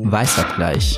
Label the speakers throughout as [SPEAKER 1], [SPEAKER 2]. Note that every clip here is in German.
[SPEAKER 1] Weißabgleich.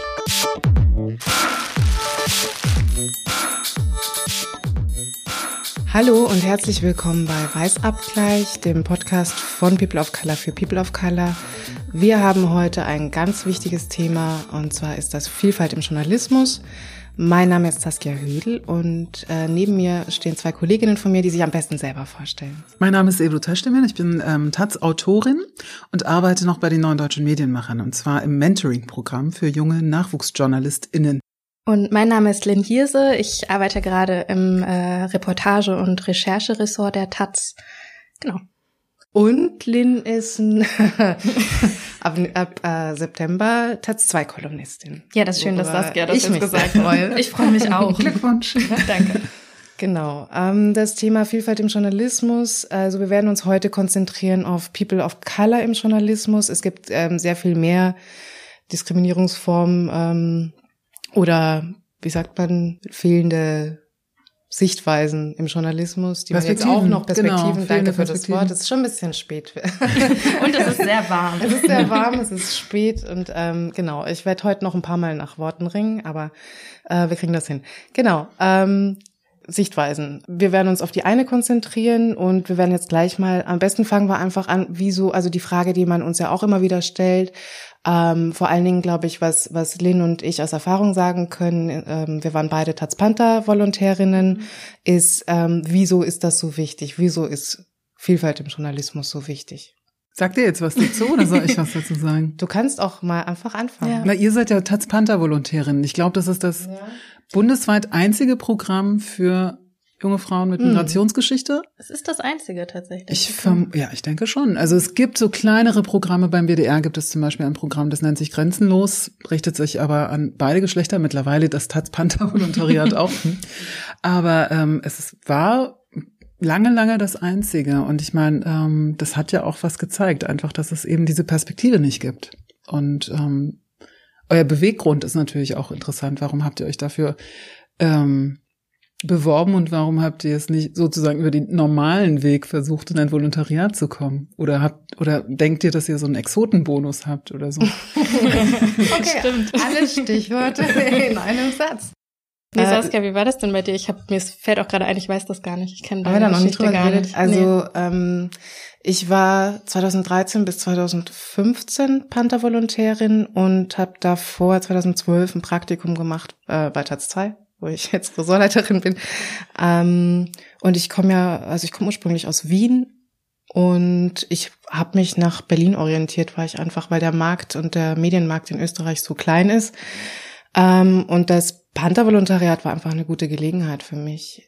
[SPEAKER 2] Hallo und herzlich willkommen bei Weißabgleich, dem Podcast von People of Color für People of Color. Wir haben heute ein ganz wichtiges Thema, und zwar ist das Vielfalt im Journalismus. Mein Name ist Saskia Hödel und neben mir stehen zwei Kolleginnen von mir, die sich am besten selber vorstellen.
[SPEAKER 3] Mein Name ist Ebru Taşdemir, ich bin Taz-Autorin und arbeite noch bei den Neuen Deutschen Medienmachern, und zwar im Mentoring-Programm für junge NachwuchsjournalistInnen.
[SPEAKER 4] Und mein Name ist Lynn Hirse, ich arbeite gerade im Reportage- und Rechercheressort der Taz. Genau.
[SPEAKER 2] Und Lynn ist ab September Taz-2-Kolumnistin.
[SPEAKER 4] Ja, das ist schön, dass Saskia das jetzt gesagt
[SPEAKER 2] hat.
[SPEAKER 4] Ich freue mich auch.
[SPEAKER 3] Glückwunsch.
[SPEAKER 4] Danke.
[SPEAKER 2] Genau, das Thema Vielfalt im Journalismus. Also wir werden uns heute konzentrieren auf People of Color im Journalismus. Es gibt sehr viel mehr Diskriminierungsformen oder, wie sagt man, fehlende Sichtweisen im Journalismus, die man jetzt auch noch Perspektiven, genau, danke für das Wort, es ist schon ein bisschen spät.
[SPEAKER 4] Und es ist sehr warm.
[SPEAKER 2] Es ist sehr warm, es ist spät und genau, ich werde heute noch ein paar Mal nach Worten ringen, aber wir kriegen das hin. Genau, Sichtweisen. Wir werden uns auf die eine konzentrieren und wir werden jetzt gleich mal, am besten fangen wir einfach an, wieso, also die Frage, die man uns ja auch immer wieder stellt, vor allen Dingen, glaube ich, was Lynn und ich aus Erfahrung sagen können, wir waren beide Taz-Panther-Volontärinnen, ist, wieso ist das so wichtig? Wieso ist Vielfalt im Journalismus so wichtig?
[SPEAKER 3] Sagt ihr jetzt was dazu oder soll ich was dazu sagen?
[SPEAKER 2] Du kannst auch mal einfach anfangen.
[SPEAKER 3] Ja. Na, ihr seid ja Taz-Panther-Volontärinnen. Ich glaube, das ist das bundesweit einzige Programm für junge Frauen mit Migrationsgeschichte.
[SPEAKER 4] Es ist das einzige tatsächlich.
[SPEAKER 3] Ich denke schon. Also es gibt so kleinere Programme. Beim WDR gibt es zum Beispiel ein Programm, das nennt sich Grenzenlos, richtet sich aber an beide Geschlechter. Mittlerweile das Taz-Panther-Volontariat auch. Aber es war lange das Einzige. Und ich meine, das hat ja auch was gezeigt, einfach, dass es eben diese Perspektive nicht gibt. Und euer Beweggrund ist natürlich auch interessant. Warum habt ihr euch dafür beworben und warum habt ihr es nicht sozusagen über den normalen Weg versucht, in ein Volontariat zu kommen? Oder denkt ihr, dass ihr so einen Exotenbonus habt oder so?
[SPEAKER 2] Okay, stimmt. Alle Stichworte in einem Satz.
[SPEAKER 4] Nee, Saskia, wie war das denn bei dir? Mir fällt auch gerade ein, ich weiß das gar nicht. Ich kenne deine Geschichte
[SPEAKER 2] noch nicht
[SPEAKER 4] gar nicht.
[SPEAKER 2] Also ich war 2013 bis 2015 Panther-Volontärin und habe davor 2012 ein Praktikum gemacht bei Taz 2, wo ich jetzt Ressortleiterin bin. Und ich komme ursprünglich aus Wien und ich habe mich nach Berlin orientiert, weil der Markt und der Medienmarkt in Österreich so klein ist. Und das Panther-Volontariat war einfach eine gute Gelegenheit für mich.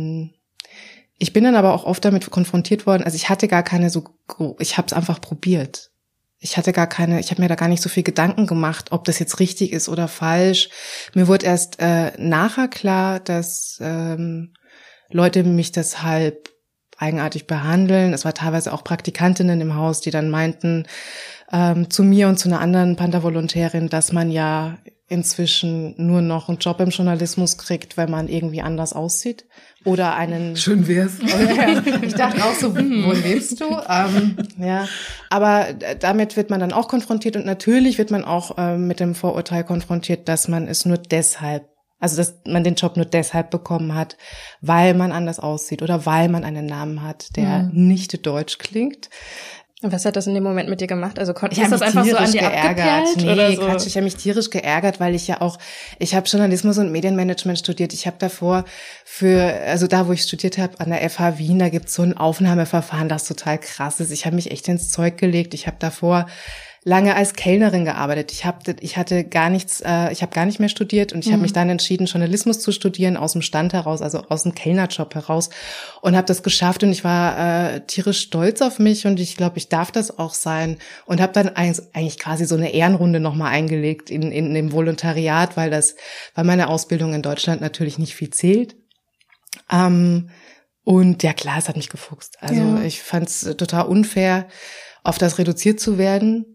[SPEAKER 2] Ich bin dann aber auch oft damit konfrontiert worden, also ich hatte gar keine ich habe es einfach probiert. Ich habe mir da gar nicht so viel Gedanken gemacht, ob das jetzt richtig ist oder falsch. Mir wurde erst nachher klar, dass Leute mich deshalb eigenartig behandeln. Es war teilweise auch Praktikantinnen im Haus, die dann meinten zu mir und zu einer anderen Panther-Volontärin, dass man ja inzwischen nur noch einen Job im Journalismus kriegt, wenn man irgendwie anders aussieht oder einen...
[SPEAKER 3] Schön wär's.
[SPEAKER 2] Ich dachte auch so, wo lebst du? Ja, aber damit wird man dann auch konfrontiert und natürlich wird man auch mit dem Vorurteil konfrontiert, dass man es nur deshalb, also dass man den Job nur deshalb bekommen hat, weil man anders aussieht oder weil man einen Namen hat, der nicht deutsch klingt.
[SPEAKER 4] Und was hat das in dem Moment mit dir gemacht? Also ist das einfach so an dir abgeperlt?
[SPEAKER 2] Nee, Quatsch, ich habe mich tierisch geärgert, weil ich habe Journalismus und Medienmanagement studiert. Ich habe davor da, wo ich studiert habe, an der FH Wien, da gibt's so ein Aufnahmeverfahren, das total krass ist. Ich habe mich echt ins Zeug gelegt. Ich habe davor lange als Kellnerin gearbeitet. Ich habe gar nicht mehr studiert und ich habe mich dann entschieden, Journalismus zu studieren, aus dem Stand heraus, also aus dem Kellnerjob heraus und habe das geschafft und ich war tierisch stolz auf mich und ich glaube, ich darf das auch sein und habe dann eigentlich quasi so eine Ehrenrunde nochmal eingelegt in dem Volontariat, weil meine Ausbildung in Deutschland natürlich nicht viel zählt. Und ja klar, es hat mich gefuchst. Also ich fand es total unfair, auf das reduziert zu werden.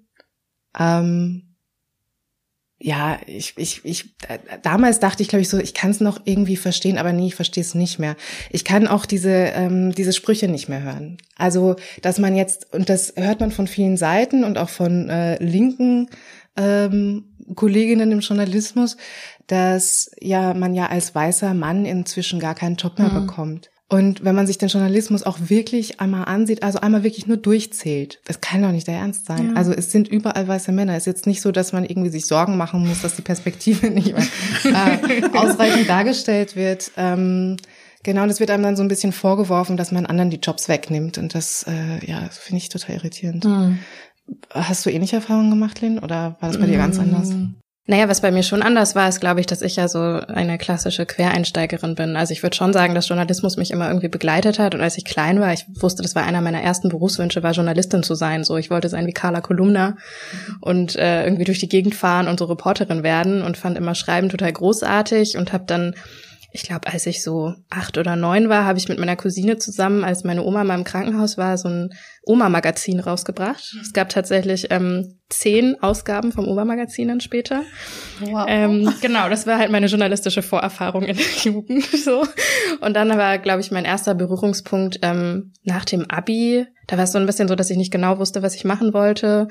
[SPEAKER 2] Damals dachte ich, glaube ich, so, ich kann es noch irgendwie verstehen, aber nee, ich verstehe es nicht mehr. Ich kann auch diese Sprüche nicht mehr hören. Also, dass man jetzt, und das hört man von vielen Seiten und auch von linken Kolleginnen im Journalismus, dass man ja als weißer Mann inzwischen gar keinen Job mehr bekommt. Und wenn man sich den Journalismus auch wirklich einmal ansieht, also einmal wirklich nur durchzählt, das kann doch nicht der Ernst sein. Ja. Also es sind überall weiße Männer. Es ist jetzt nicht so, dass man irgendwie sich Sorgen machen muss, dass die Perspektive nicht ausreichend dargestellt wird. Genau, das wird einem dann so ein bisschen vorgeworfen, dass man anderen die Jobs wegnimmt. Und das, das finde ich total irritierend. Hast du ähnliche Erfahrungen gemacht, Lynn? Oder war das bei dir ganz anders?
[SPEAKER 4] Naja, was bei mir schon anders war, ist, glaube ich, dass ich ja so eine klassische Quereinsteigerin bin. Also ich würde schon sagen, dass Journalismus mich immer irgendwie begleitet hat. Und als ich klein war, ich wusste, das war einer meiner ersten Berufswünsche, war Journalistin zu sein. So, ich wollte sein wie Carla Kolumna und irgendwie durch die Gegend fahren und so Reporterin werden und fand immer Schreiben total großartig und habe dann, ich glaube, als ich so 8 oder 9 war, habe ich mit meiner Cousine zusammen, als meine Oma mal im Krankenhaus war, so ein Oma-Magazin rausgebracht. Es gab tatsächlich 10 Ausgaben vom Oma-Magazin dann später. Wow. Genau, das war halt meine journalistische Vorerfahrung in der Jugend. So. Und dann war, glaube ich, mein erster Berührungspunkt nach dem Abi. Da war es so ein bisschen so, dass ich nicht genau wusste, was ich machen wollte.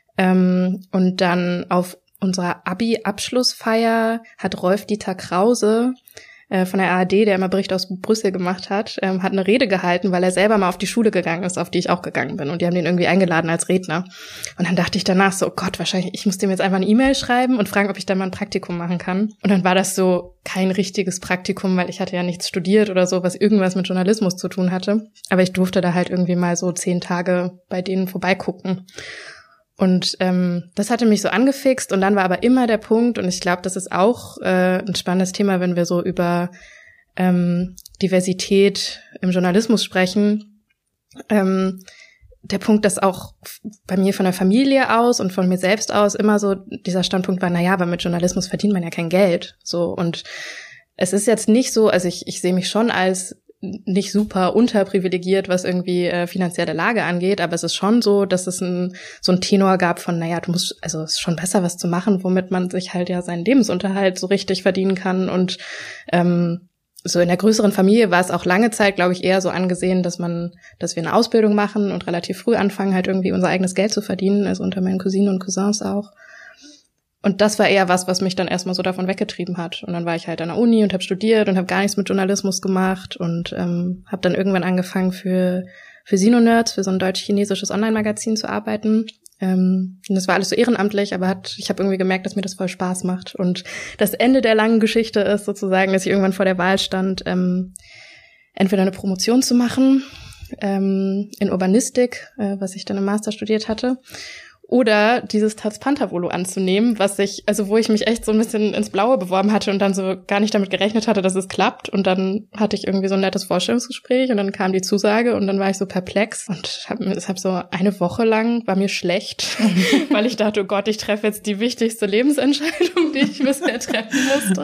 [SPEAKER 4] Und dann auf unserer Abi-Abschlussfeier hat Rolf-Dieter Krause von der ARD, der immer Bericht aus Brüssel gemacht hat eine Rede gehalten, weil er selber mal auf die Schule gegangen ist, auf die ich auch gegangen bin. Und die haben den irgendwie eingeladen als Redner. Und dann dachte ich danach so, oh Gott, wahrscheinlich, ich muss dem jetzt einfach eine E-Mail schreiben und fragen, ob ich da mal ein Praktikum machen kann. Und dann war das so kein richtiges Praktikum, weil ich hatte ja nichts studiert oder so, was irgendwas mit Journalismus zu tun hatte. Aber ich durfte da halt irgendwie mal so 10 Tage bei denen vorbeigucken. Und das hatte mich so angefixt und dann war aber immer der Punkt, und ich glaube, das ist auch ein spannendes Thema, wenn wir so über Diversität im Journalismus sprechen, der Punkt, dass auch bei mir von der Familie aus und von mir selbst aus immer so dieser Standpunkt war, aber mit Journalismus verdient man ja kein Geld. So, und es ist jetzt nicht so, also ich sehe mich schon als nicht super unterprivilegiert, was irgendwie finanzielle Lage angeht, aber es ist schon so, dass es so ein Tenor gab von, du musst, also es ist schon besser, was zu machen, womit man sich halt ja seinen Lebensunterhalt so richtig verdienen kann. Und so in der größeren Familie war es auch lange Zeit, glaube ich, eher so angesehen, dass wir eine Ausbildung machen und relativ früh anfangen, halt irgendwie unser eigenes Geld zu verdienen, also unter meinen Cousinen und Cousins auch. Und das war eher was mich dann erstmal so davon weggetrieben hat. Und dann war ich halt an der Uni und habe studiert und habe gar nichts mit Journalismus gemacht und habe dann irgendwann angefangen für Sino-Nerds, für so ein deutsch-chinesisches Online-Magazin zu arbeiten. Und das war alles so ehrenamtlich, aber ich habe irgendwie gemerkt, dass mir das voll Spaß macht. Und das Ende der langen Geschichte ist sozusagen, dass ich irgendwann vor der Wahl stand, entweder eine Promotion zu machen in Urbanistik, was ich dann im Master studiert hatte, oder dieses Taz Pantavolo anzunehmen, wo ich mich echt so ein bisschen ins Blaue beworben hatte und dann so gar nicht damit gerechnet hatte, dass es klappt. Und dann hatte ich irgendwie so ein nettes Vorstellungsgespräch und dann kam die Zusage und dann war ich so perplex und hab so eine Woche lang war mir schlecht, weil ich dachte, oh Gott, ich treffe jetzt die wichtigste Lebensentscheidung, die ich bisher treffen musste.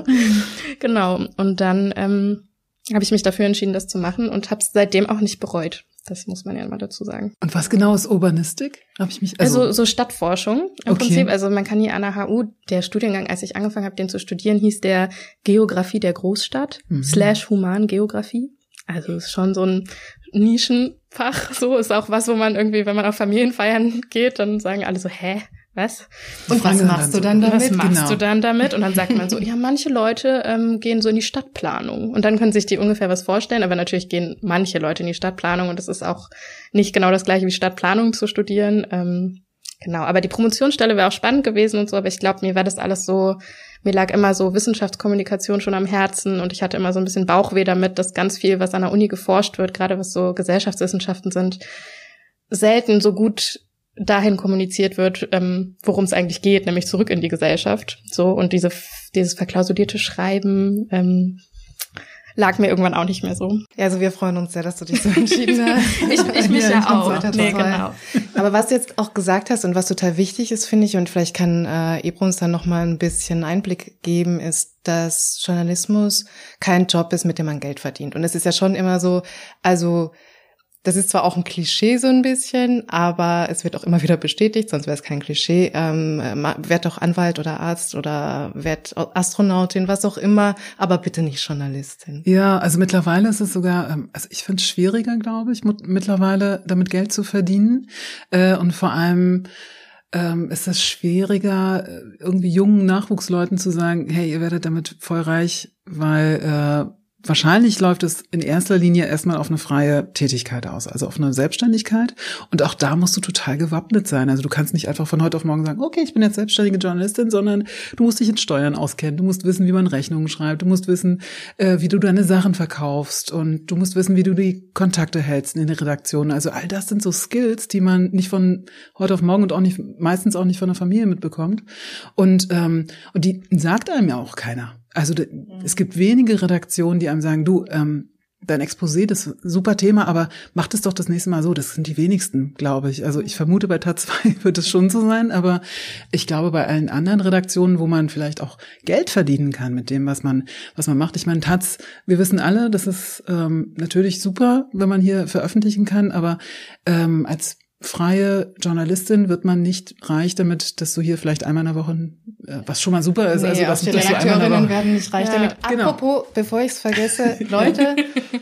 [SPEAKER 4] Genau. Und dann habe ich mich dafür entschieden, das zu machen und habe es seitdem auch nicht bereut. Das muss man ja mal dazu sagen.
[SPEAKER 3] Und was genau ist Urbanistik?
[SPEAKER 4] Also so Stadtforschung im Prinzip. Also man kann hier an der HU, der Studiengang, als ich angefangen habe, den zu studieren, hieß der Geografie der Großstadt / Humangeografie. Also ist schon so ein Nischenfach. So ist auch was, wo man irgendwie, wenn man auf Familienfeiern geht, dann sagen alle so, hä? Was?
[SPEAKER 2] Und was machst du dann damit?
[SPEAKER 4] Was machst du dann damit? Und dann sagt man so, ja, manche Leute gehen so in die Stadtplanung. Und dann können sich die ungefähr was vorstellen. Aber natürlich gehen manche Leute in die Stadtplanung. Und das ist auch nicht genau das Gleiche wie Stadtplanung zu studieren. Genau, aber die Promotionsstelle wäre auch spannend gewesen und so. Aber ich glaube, mir war das alles so, mir lag immer so Wissenschaftskommunikation schon am Herzen. Und ich hatte immer so ein bisschen Bauchweh damit, dass ganz viel, was an der Uni geforscht wird, gerade was so Gesellschaftswissenschaften sind, selten so gut dahin kommuniziert wird, worum es eigentlich geht, nämlich zurück in die Gesellschaft. So, und dieses verklausulierte Schreiben lag mir irgendwann auch nicht mehr so.
[SPEAKER 2] Ja, also wir freuen uns sehr, dass du dich so entschieden hast.
[SPEAKER 4] ich mich ja auch. Nee, genau.
[SPEAKER 2] Aber was du jetzt auch gesagt hast und was total wichtig ist, finde ich, und vielleicht kann Ebru uns dann noch mal ein bisschen Einblick geben, ist, dass Journalismus kein Job ist, mit dem man Geld verdient. Und es ist ja schon immer so, also das ist zwar auch ein Klischee so ein bisschen, aber es wird auch immer wieder bestätigt, sonst wäre es kein Klischee. Werd doch Anwalt oder Arzt oder werd Astronautin, was auch immer, aber bitte nicht Journalistin.
[SPEAKER 3] Ja, also mittlerweile ist es sogar, also ich finde es schwieriger, glaube ich, mittlerweile damit Geld zu verdienen. Und vor allem ist es schwieriger, irgendwie jungen Nachwuchsleuten zu sagen, hey, ihr werdet damit voll reich, weil wahrscheinlich läuft es in erster Linie erstmal auf eine freie Tätigkeit aus, also auf eine Selbstständigkeit. Und auch da musst du total gewappnet sein. Also du kannst nicht einfach von heute auf morgen sagen, okay, ich bin jetzt selbstständige Journalistin, sondern du musst dich in Steuern auskennen. Du musst wissen, wie man Rechnungen schreibt. Du musst wissen, wie du deine Sachen verkaufst. Und du musst wissen, wie du die Kontakte hältst in den Redaktionen. Also all das sind so Skills, die man nicht von heute auf morgen und auch nicht, meistens auch nicht von der Familie mitbekommt. Und die sagt einem ja auch keiner. Also es gibt wenige Redaktionen, die einem sagen, du, dein Exposé, das ist ein super Thema, aber mach das doch das nächste Mal so. Das sind die wenigsten, glaube ich. Also ich vermute, bei Taz 2 wird es schon so sein, aber ich glaube, bei allen anderen Redaktionen, wo man vielleicht auch Geld verdienen kann mit dem, was man macht. Ich meine, Taz, wir wissen alle, das ist natürlich super, wenn man hier veröffentlichen kann, aber als freie Journalistin wird man nicht reich damit, dass du hier vielleicht einmal in der Woche, was schon mal super ist.
[SPEAKER 2] Nee,
[SPEAKER 3] also was
[SPEAKER 2] die Redakteurinnen werden nicht reich damit.
[SPEAKER 3] Genau.
[SPEAKER 2] Apropos, bevor ich es vergesse, Leute,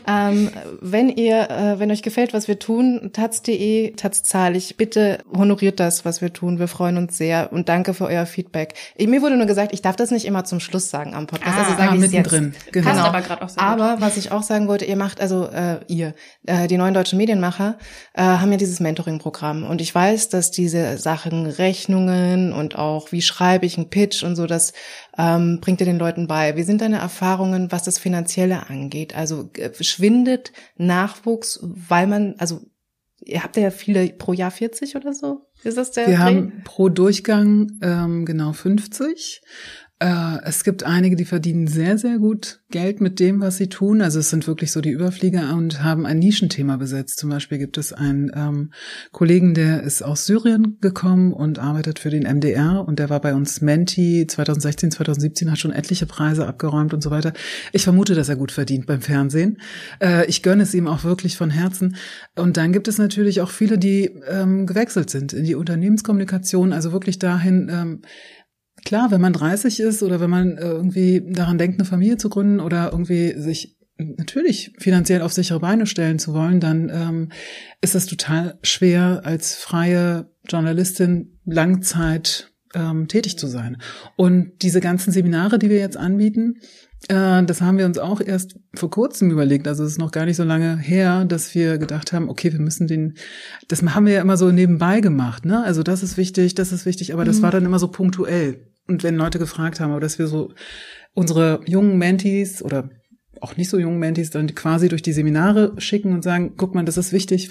[SPEAKER 2] wenn euch gefällt, was wir tun, taz.de, Taz zahle ich, bitte honoriert das, was wir tun. Wir freuen uns sehr und danke für euer Feedback. Mir wurde nur gesagt, ich darf das nicht immer zum Schluss sagen am Podcast, also sage ich es jetzt.
[SPEAKER 3] Mittendrin. Genau.
[SPEAKER 4] Passt aber gerade auch sehr gut.
[SPEAKER 2] Aber was ich auch sagen wollte, ihr macht, die neuen deutschen Medienmacher haben ja dieses Mentoring-Programm. Und ich weiß, dass diese Sachen, Rechnungen und auch, wie schreibe ich einen Pitch und so, das bringt ihr den Leuten bei. Wie sind deine Erfahrungen, was das Finanzielle angeht? Also schwindet Nachwuchs, weil ihr habt ja viele pro Jahr 40 oder so? Ist das der
[SPEAKER 3] Wir
[SPEAKER 2] Dreh?
[SPEAKER 3] haben pro Durchgang genau 50. Es gibt einige, die verdienen sehr, sehr gut Geld mit dem, was sie tun. Also es sind wirklich so die Überflieger und haben ein Nischenthema besetzt. Zum Beispiel gibt es einen Kollegen, der ist aus Syrien gekommen und arbeitet für den MDR und der war bei uns Menti 2016, 2017, hat schon etliche Preise abgeräumt und so weiter. Ich vermute, dass er gut verdient beim Fernsehen. Ich gönne es ihm auch wirklich von Herzen. Und dann gibt es natürlich auch viele, die gewechselt sind in die Unternehmenskommunikation, also wirklich dahin, klar, wenn man 30 ist oder wenn man irgendwie daran denkt, eine Familie zu gründen oder irgendwie sich natürlich finanziell auf sichere Beine stellen zu wollen, dann ist es total schwer, als freie Journalistin Langzeit tätig zu sein. Und diese ganzen Seminare, die wir jetzt anbieten, das haben wir uns auch erst vor kurzem überlegt. Also es ist noch gar nicht so lange her, dass wir gedacht haben, okay, wir müssen das haben wir ja immer so nebenbei gemacht, ne? Also das ist wichtig, aber das war dann immer so punktuell. Und wenn Leute gefragt haben, aber dass wir so unsere jungen Mentees oder auch nicht so jungen Mentees dann quasi durch die Seminare schicken und sagen, guck mal, das ist wichtig,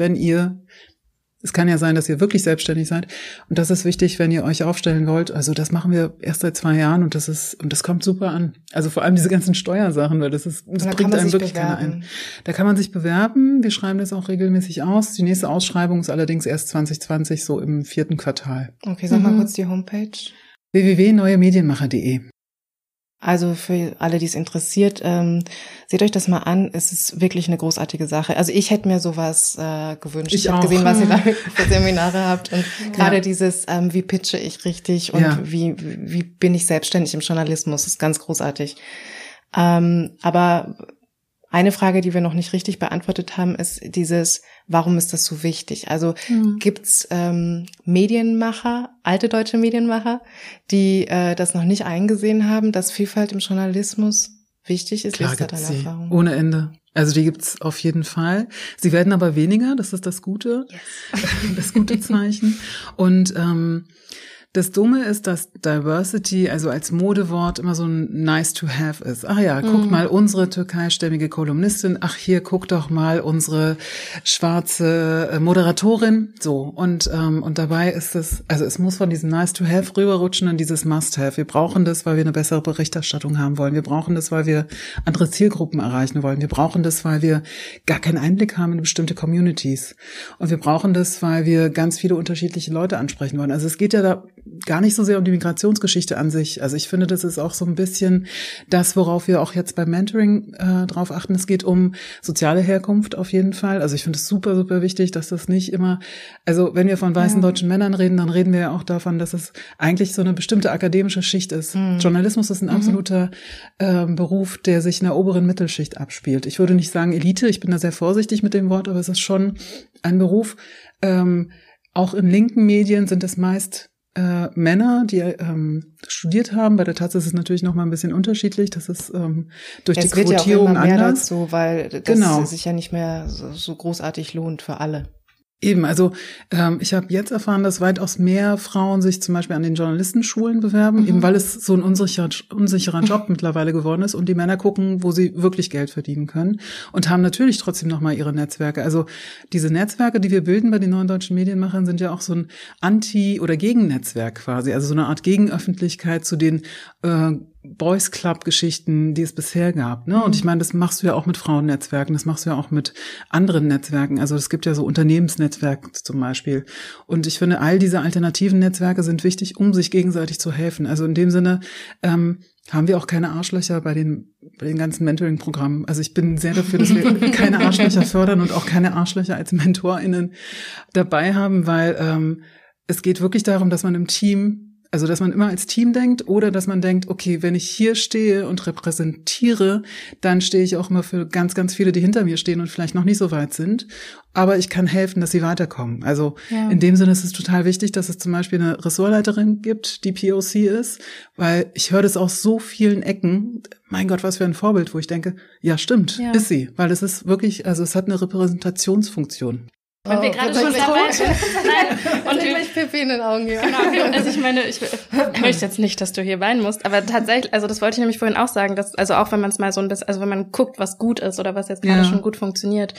[SPEAKER 3] es kann ja sein, dass ihr wirklich selbstständig seid und das ist wichtig, wenn ihr euch aufstellen wollt. Also das machen wir erst seit 2 Jahren und das kommt super an. Also vor allem diese ganzen Steuersachen, weil das bringt einem wirklich keiner ein. Da kann man sich bewerben. Wir schreiben das auch regelmäßig aus. Die nächste Ausschreibung ist allerdings erst 2020, so im 4. Quartal.
[SPEAKER 2] Okay, sag mal kurz die Homepage.
[SPEAKER 3] www.neuemedienmacher.de.
[SPEAKER 2] Also für alle, die es interessiert, seht euch das mal an. Es ist wirklich eine großartige Sache. Also ich hätte mir sowas gewünscht. Ich habe gesehen, was ihr da für Seminare habt. Und gerade dieses, wie pitche ich richtig und wie bin ich selbstständig im Journalismus, ist ganz großartig. Aber eine Frage, die wir noch nicht richtig beantwortet haben, ist dieses, warum ist das so wichtig? Also gibt's Medienmacher, alte deutsche Medienmacher, die das noch nicht eingesehen haben, dass Vielfalt im Journalismus wichtig ist?
[SPEAKER 3] Klar, gibt's sie ohne Ende. Also die gibt's auf jeden Fall. Sie werden aber weniger, das ist das Gute, das gute Zeichen. Und das Dumme ist, dass Diversity, also als Modewort, immer so ein nice to have ist. Ach ja, guck mal, unsere türkeistämmige Kolumnistin. Ach hier, guck doch mal, unsere schwarze Moderatorin. So. Und dabei ist es muss von diesem nice to have rüberrutschen in dieses must have. Wir brauchen das, weil wir eine bessere Berichterstattung haben wollen. Wir brauchen das, weil wir andere Zielgruppen erreichen wollen. Wir brauchen das, weil wir gar keinen Einblick haben in bestimmte Communities. Und wir brauchen das, weil wir ganz viele unterschiedliche Leute ansprechen wollen. Also es geht ja da gar nicht so sehr um die Migrationsgeschichte an sich. Also ich finde, das ist auch so ein bisschen das, worauf wir auch jetzt beim Mentoring drauf achten. Es geht um soziale Herkunft auf jeden Fall. Also ich finde es super, super wichtig, dass das nicht immer, also wenn wir von weißen deutschen Männern reden, dann reden wir ja auch davon, dass es eigentlich so eine bestimmte akademische Schicht ist. Journalismus ist ein absoluter Beruf, der sich in der oberen Mittelschicht abspielt. Ich würde nicht sagen Elite, ich bin da sehr vorsichtig mit dem Wort, aber es ist schon ein Beruf. Auch in linken Medien sind es meist Männer, die studiert haben. Bei der Taz ist es natürlich noch mal ein bisschen unterschiedlich. Das ist durch die Quotierung
[SPEAKER 2] anders. Es wird ja auch immer mehr
[SPEAKER 3] anders.
[SPEAKER 2] dazu, weil das sich ja nicht mehr so großartig lohnt für alle.
[SPEAKER 3] Eben, also ich habe jetzt erfahren, dass weitaus mehr Frauen sich zum Beispiel an den Journalistenschulen bewerben, eben weil es so ein unsicherer Job mittlerweile geworden ist und die Männer gucken, wo sie wirklich Geld verdienen können und haben natürlich trotzdem noch mal ihre Netzwerke. Also diese Netzwerke, die wir bilden bei den Neuen Deutschen Medienmachern, sind ja auch so ein Anti- oder Gegennetzwerk quasi, also so eine Art Gegenöffentlichkeit zu den Boys Club Geschichten, die es bisher gab, ne? Und ich meine, das machst du ja auch mit Frauennetzwerken, das machst du ja auch mit anderen Netzwerken. Also es gibt ja so Unternehmensnetzwerke zum Beispiel. Und ich finde, all diese alternativen Netzwerke sind wichtig, um sich gegenseitig zu helfen. Also in dem Sinne haben wir auch keine Arschlöcher bei den ganzen Mentoring-Programmen. Also ich bin sehr dafür, dass wir keine Arschlöcher fördern und auch keine Arschlöcher als MentorInnen dabei haben, weil es geht wirklich darum, dass man im Team, also dass man immer als Team denkt oder dass man denkt, okay, wenn ich hier stehe und repräsentiere, dann stehe ich auch immer für ganz, ganz viele, die hinter mir stehen und vielleicht noch nicht so weit sind. Aber ich kann helfen, dass sie weiterkommen. Also in dem Sinne ist es total wichtig, dass es zum Beispiel eine Ressortleiterin gibt, die POC ist, weil ich höre das aus so vielen Ecken. Mein Gott, was für ein Vorbild, wo ich denke, ja stimmt, ist sie. Weil es ist wirklich, also es hat eine Repräsentationsfunktion.
[SPEAKER 4] Wenn wir gerade schon dabei sind. Nein, und
[SPEAKER 2] gleich Pippi in den Augen. Ja.
[SPEAKER 4] Genau, also ich meine, ich möchte jetzt nicht, dass du hier weinen musst, aber tatsächlich, also das wollte ich nämlich vorhin auch sagen, dass, also auch wenn man es mal so ein bisschen, also wenn man guckt, was gut ist oder was jetzt gerade schon gut funktioniert,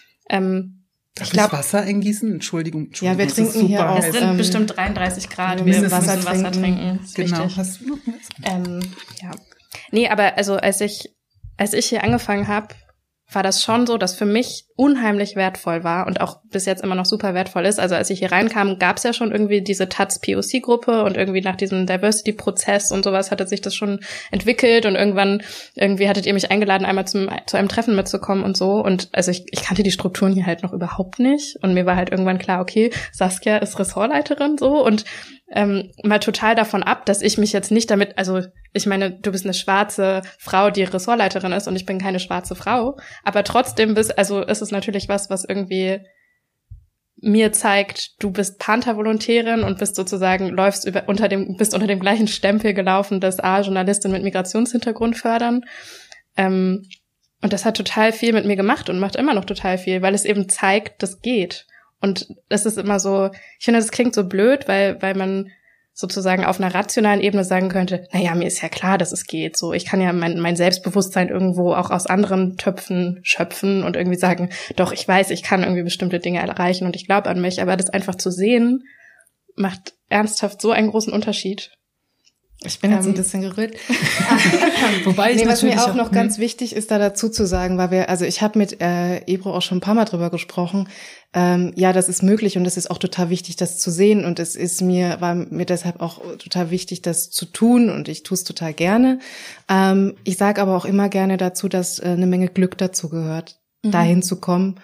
[SPEAKER 3] ich glaube, Wasser eingießen? Entschuldigung.
[SPEAKER 2] Ja, wir trinken hier auch.
[SPEAKER 4] Es sind bestimmt 33 Grad. Wir müssen Wasser trinken. Ist
[SPEAKER 3] genau.
[SPEAKER 4] Wichtig.
[SPEAKER 3] Hast du noch was?
[SPEAKER 4] Ja. Nee, aber also als ich hier angefangen habe, war das schon so, dass für mich unheimlich wertvoll war und auch bis jetzt immer noch super wertvoll ist. Also als ich hier reinkam, gab es ja schon irgendwie diese Taz-POC-Gruppe und irgendwie nach diesem Diversity-Prozess und sowas hatte sich das schon entwickelt und irgendwie hattet ihr mich eingeladen, einmal zu einem Treffen mitzukommen und so. Und also ich kannte die Strukturen hier halt noch überhaupt nicht und mir war halt irgendwann klar, okay, Saskia ist Ressortleiterin so und mal total davon ab, dass ich mich jetzt nicht damit, also ich meine, du bist eine schwarze Frau, die Ressortleiterin ist und ich bin keine schwarze Frau, aber trotzdem ist es natürlich was irgendwie mir zeigt, du bist Panther-Volontärin und bist sozusagen, bist unter dem gleichen Stempel gelaufen, dass Journalistin mit Migrationshintergrund fördern. Und das hat total viel mit mir gemacht und macht immer noch total viel, weil es eben zeigt, das geht. Und das ist immer so, ich finde, das klingt so blöd, weil man sozusagen auf einer rationalen Ebene sagen könnte, naja, mir ist ja klar, dass es geht. So, ich kann ja mein Selbstbewusstsein irgendwo auch aus anderen Töpfen schöpfen und irgendwie sagen, doch, ich weiß, ich kann irgendwie bestimmte Dinge erreichen und ich glaube an mich. Aber das einfach zu sehen, macht ernsthaft so einen großen Unterschied.
[SPEAKER 2] Ich bin jetzt ein bisschen gerührt.
[SPEAKER 3] Wobei ich
[SPEAKER 2] was mir auch noch ganz wichtig ist, da dazu zu sagen, weil ich habe mit Ebro auch schon ein paar Mal drüber gesprochen. Ja, das ist möglich und es ist auch total wichtig, das zu sehen und war mir deshalb auch total wichtig, das zu tun und ich tue es total gerne. Ich sage aber auch immer gerne dazu, dass eine Menge Glück dazu gehört, dahin zu kommen,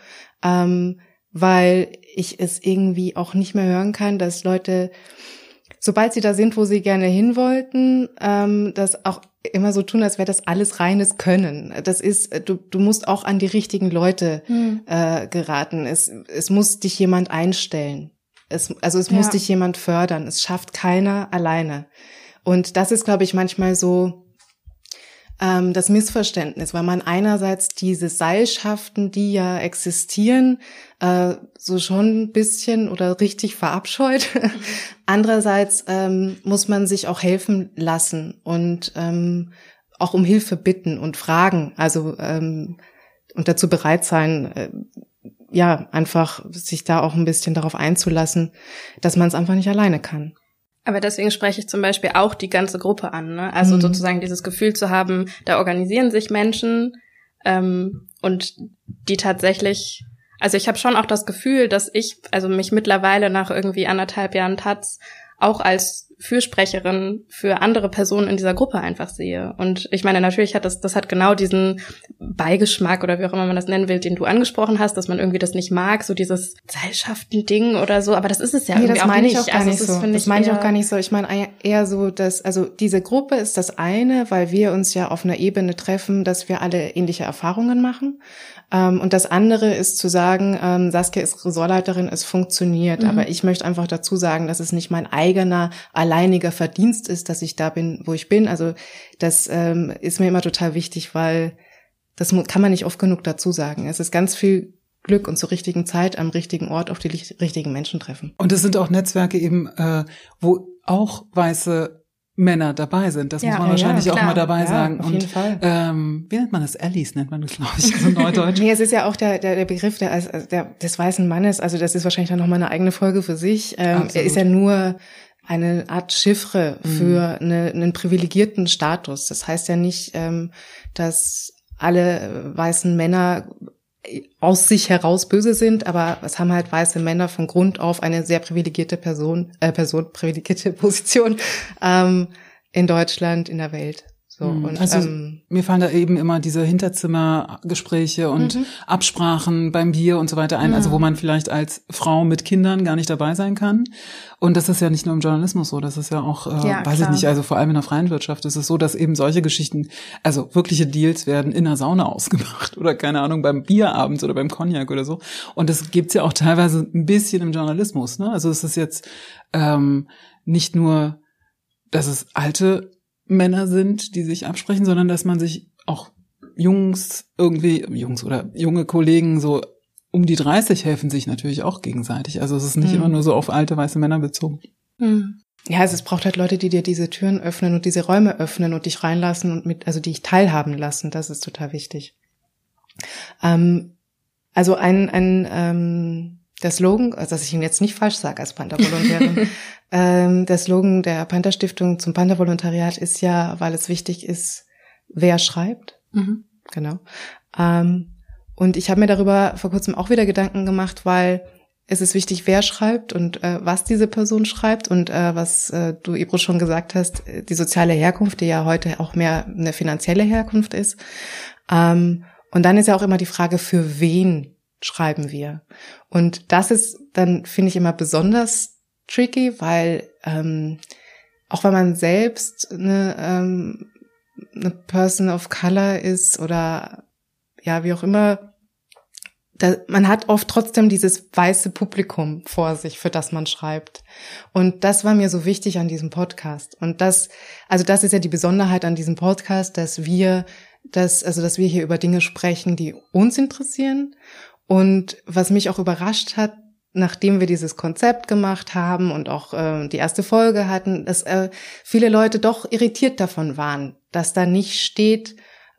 [SPEAKER 2] weil ich es irgendwie auch nicht mehr hören kann, dass Leute, sobald sie da sind, wo sie gerne hin wollten, das auch immer so tun, als wäre das alles reines Können. Das ist, du musst auch an die richtigen Leute geraten. Es muss dich jemand einstellen. Es muss dich jemand fördern. Es schafft keiner alleine. Und das ist, glaube ich, manchmal so das Missverständnis, weil man einerseits diese Seilschaften, die ja existieren, so schon ein bisschen oder richtig verabscheut. Andererseits muss man sich auch helfen lassen und auch um Hilfe bitten und fragen, also und dazu bereit sein, einfach sich da auch ein bisschen darauf einzulassen, dass man es einfach nicht alleine kann.
[SPEAKER 4] Aber deswegen spreche ich zum Beispiel auch die ganze Gruppe an, ne? Also sozusagen dieses Gefühl zu haben, da organisieren sich Menschen und die tatsächlich, also ich habe schon auch das Gefühl, dass ich, also mich mittlerweile nach irgendwie 1,5 Jahren Taz auch als Fürsprecherin für andere Personen in dieser Gruppe einfach sehe. Und ich meine, natürlich hat das hat genau diesen Beigeschmack oder wie auch immer man das nennen will, den du angesprochen hast, dass man irgendwie das nicht mag, so dieses Gesellschaften-Ding oder so, aber das ist es ja irgendwie
[SPEAKER 2] das meine ich auch gar nicht
[SPEAKER 4] so.
[SPEAKER 2] Das meine ich auch gar nicht so. Ich meine eher so, dass, also diese Gruppe ist das eine, weil wir uns ja auf einer Ebene treffen, dass wir alle ähnliche Erfahrungen machen. Und das andere ist zu sagen, Saskia ist Ressortleiterin, es funktioniert. Aber ich möchte einfach dazu sagen, dass es nicht mein eigener, alleiniger Verdienst ist, dass ich da bin, wo ich bin. Also das ist mir immer total wichtig, weil das kann man nicht oft genug dazu sagen. Es ist ganz viel Glück und zur richtigen Zeit am richtigen Ort auf die richtigen Menschen treffen.
[SPEAKER 3] Und es sind auch Netzwerke eben, wo auch weiße Männer dabei sind. Das muss man wahrscheinlich auch mal dabei sagen.
[SPEAKER 2] Auf jeden Fall.
[SPEAKER 3] Wie nennt man das? Allies nennt man das, glaube ich, so neudeutsch.
[SPEAKER 2] Nee, es ist ja auch der Begriff des weißen Mannes. Also das ist wahrscheinlich dann nochmal eine eigene Folge für sich. Er ist ja nur eine Art Chiffre für einen privilegierten Status. Das heißt ja nicht, dass alle weißen Männer aus sich heraus böse sind, aber es haben halt weiße Männer von Grund auf eine sehr privilegierte privilegierte Position in Deutschland, in der Welt. So, und,
[SPEAKER 3] also mir fallen da eben immer diese Hinterzimmergespräche und Absprachen beim Bier und so weiter ein, also wo man vielleicht als Frau mit Kindern gar nicht dabei sein kann. Und das ist ja nicht nur im Journalismus so, das ist ja auch, weiß ich nicht, also vor allem in der freien Wirtschaft ist es so, dass eben solche Geschichten, also wirkliche Deals werden in der Sauna ausgemacht oder keine Ahnung, beim Bierabend oder beim Cognac oder so. Und das gibt's ja auch teilweise ein bisschen im Journalismus, ne? Also es ist jetzt nicht nur, dass es alte Männer sind, die sich absprechen, sondern dass man sich auch Jungs oder junge Kollegen so um die 30 helfen sich natürlich auch gegenseitig. Also es ist nicht immer nur so auf alte weiße Männer bezogen.
[SPEAKER 2] Ja, also es braucht halt Leute, die dir diese Türen öffnen und diese Räume öffnen und dich reinlassen und die dich teilhaben lassen. Das ist total wichtig. Also der Slogan, also dass ich ihn jetzt nicht falsch sage als Panther-Volontärin, der Slogan der Panther-Stiftung zum Panther-Volontariat ist ja, weil es wichtig ist, wer schreibt. Genau. Und ich habe mir darüber vor kurzem auch wieder Gedanken gemacht, weil es ist wichtig, wer schreibt und was diese Person schreibt und was du, Ibro, schon gesagt hast, die soziale Herkunft, die ja heute auch mehr eine finanzielle Herkunft ist. Und dann ist ja auch immer die Frage, für wen schreiben wir? Und das ist dann, finde ich, immer besonders tricky, weil auch wenn man selbst eine Person of Color ist oder ja, wie auch immer, man hat oft trotzdem dieses weiße Publikum vor sich, für das man schreibt. Und das war mir so wichtig an diesem Podcast. Und das ist ja die Besonderheit an diesem Podcast, dass wir hier über Dinge sprechen, die uns interessieren. Und was mich auch überrascht hat, nachdem wir dieses Konzept gemacht haben und auch die erste Folge hatten, dass viele Leute doch irritiert davon waren, dass da nicht steht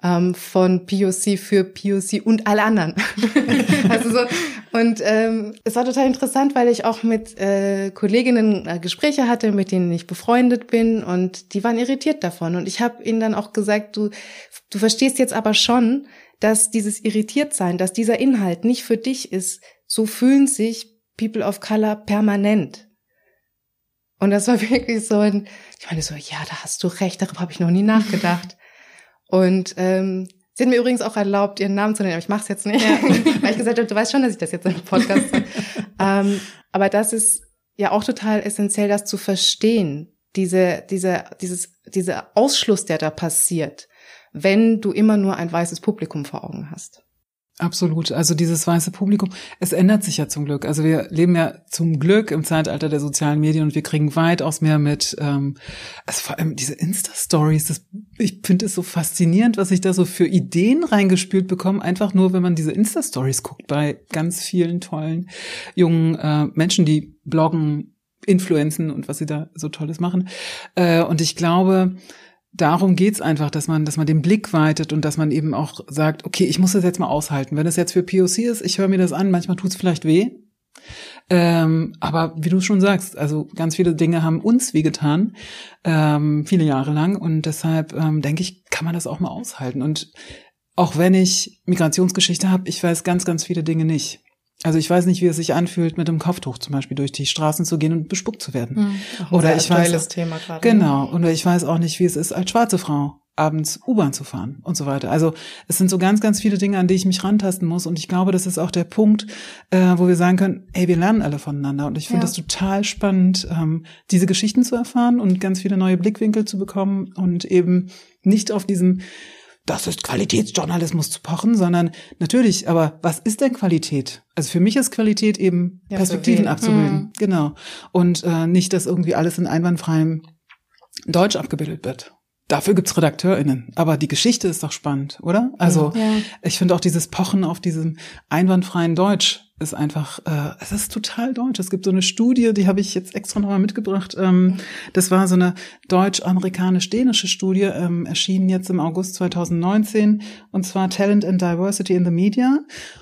[SPEAKER 2] von POC für POC und alle anderen. Also so, und es war total interessant, weil ich auch mit Kolleginnen Gespräche hatte, mit denen ich befreundet bin, und die waren irritiert davon. Und ich habe ihnen dann auch gesagt, du verstehst jetzt aber schon, dass dieses Irritiertsein, dass dieser Inhalt nicht für dich ist. So fühlen sich People of Color permanent. Und das war wirklich so ich meine so, ja, da hast du recht, darüber habe ich noch nie nachgedacht. Und sie hat mir übrigens auch erlaubt, ihren Namen zu nennen, aber ich mache es jetzt nicht, weil ich gesagt habe, du weißt schon, dass ich das jetzt im Podcast sage. Aber das ist ja auch total essentiell, das zu verstehen, dieser Ausschluss, der da passiert, wenn du immer nur ein weißes Publikum vor Augen hast.
[SPEAKER 3] Absolut. Also dieses weiße Publikum, es ändert sich ja zum Glück. Also wir leben ja zum Glück im Zeitalter der sozialen Medien und wir kriegen weitaus mehr mit, also vor allem diese Insta-Stories, ich finde es so faszinierend, was ich da so für Ideen reingespült bekomme, einfach nur, wenn man diese Insta-Stories guckt bei ganz vielen tollen jungen Menschen, die bloggen, influenzen und was sie da so Tolles machen. Und ich glaube, darum geht's einfach, dass man den Blick weitet und dass man eben auch sagt, okay, ich muss das jetzt mal aushalten. Wenn es jetzt für POC ist, ich höre mir das an, manchmal tut's vielleicht weh. Aber wie du schon sagst, also ganz viele Dinge haben uns wehgetan, viele Jahre lang. Und deshalb denke ich, kann man das auch mal aushalten. Und auch wenn ich Migrationsgeschichte habe, ich weiß ganz, ganz viele Dinge nicht. Also ich weiß nicht, wie es sich anfühlt, mit einem Kopftuch zum Beispiel durch die Straßen zu gehen und bespuckt zu werden.
[SPEAKER 2] Oder ich weiß, Thema gerade.
[SPEAKER 3] Genau. Und ich weiß auch nicht, wie es ist, als schwarze Frau abends U-Bahn zu fahren und so weiter. Also es sind so ganz, ganz viele Dinge, an die ich mich rantasten muss. Und ich glaube, das ist auch der Punkt, wo wir sagen können, hey, wir lernen alle voneinander. Und ich finde das total spannend, diese Geschichten zu erfahren und ganz viele neue Blickwinkel zu bekommen und eben nicht auf diesem das ist Qualitätsjournalismus zu pochen, sondern natürlich, aber was ist denn Qualität? Also für mich ist Qualität eben Perspektiven abzubilden. Genau. Und nicht, dass irgendwie alles in einwandfreiem Deutsch abgebildet wird. Dafür gibt's RedakteurInnen. Aber die Geschichte ist doch spannend, oder? Also ich finde auch dieses Pochen auf diesem einwandfreien Deutsch ist einfach, es ist total deutsch. Es gibt so eine Studie, die habe ich jetzt extra nochmal mitgebracht. Das war so eine deutsch-amerikanisch-dänische Studie, erschienen jetzt im August 2019, und zwar Talent and Diversity in the Media.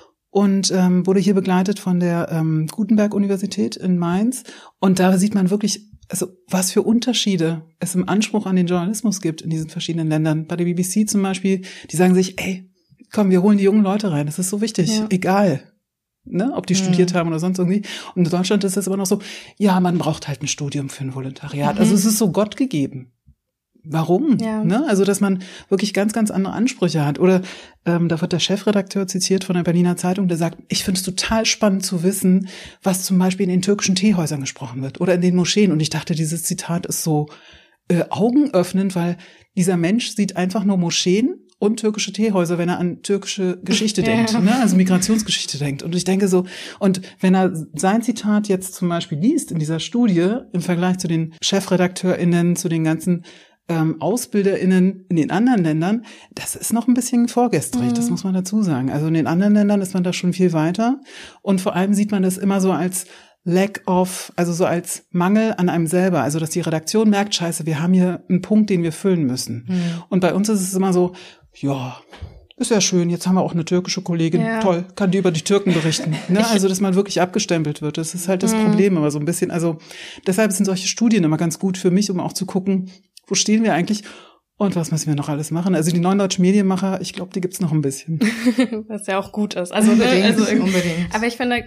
[SPEAKER 3] Und wurde hier begleitet von der Gutenberg-Universität in Mainz. Und da sieht man wirklich, also was für Unterschiede es im Anspruch an den Journalismus gibt in diesen verschiedenen Ländern. Bei der BBC zum Beispiel, die sagen sich, ey, komm, wir holen die jungen Leute rein, das ist so wichtig, egal, ne, ob die studiert haben oder sonst irgendwie. Und in Deutschland ist es immer noch so, ja, man braucht halt ein Studium für ein Volontariat. Also es ist so Gott gegeben. Warum? Ja. Ne? Also, dass man wirklich ganz, ganz andere Ansprüche hat. Oder da wird der Chefredakteur zitiert von der Berliner Zeitung, der sagt, ich finde es total spannend zu wissen, was zum Beispiel in den türkischen Teehäusern gesprochen wird oder in den Moscheen. Und ich dachte, dieses Zitat ist so augenöffnend, weil dieser Mensch sieht einfach nur Moscheen und türkische Teehäuser, wenn er an türkische Geschichte denkt, ne? Also Migrationsgeschichte denkt. Und ich denke so, und wenn er sein Zitat jetzt zum Beispiel liest in dieser Studie, im Vergleich zu den ChefredakteurInnen, zu den ganzen AusbilderInnen in den anderen Ländern, das ist noch ein bisschen vorgestrig, das muss man dazu sagen. Also in den anderen Ländern ist man da schon viel weiter. Und vor allem sieht man das immer so als Lack of, also so als Mangel an einem selber. Also dass die Redaktion merkt, scheiße, wir haben hier einen Punkt, den wir füllen müssen. Und bei uns ist es immer so, ja, ist ja schön, jetzt haben wir auch eine türkische Kollegin, toll, kann die über die Türken berichten. Ne? Also, dass man wirklich abgestempelt wird, das ist halt das Problem, aber so ein bisschen, also deshalb sind solche Studien immer ganz gut für mich, um auch zu gucken, wo stehen wir eigentlich und was müssen wir noch alles machen? Also die neuen deutschen Medienmacher, ich glaube, die gibt's noch ein bisschen.
[SPEAKER 4] Was ja auch gut ist. Also unbedingt. Aber ich finde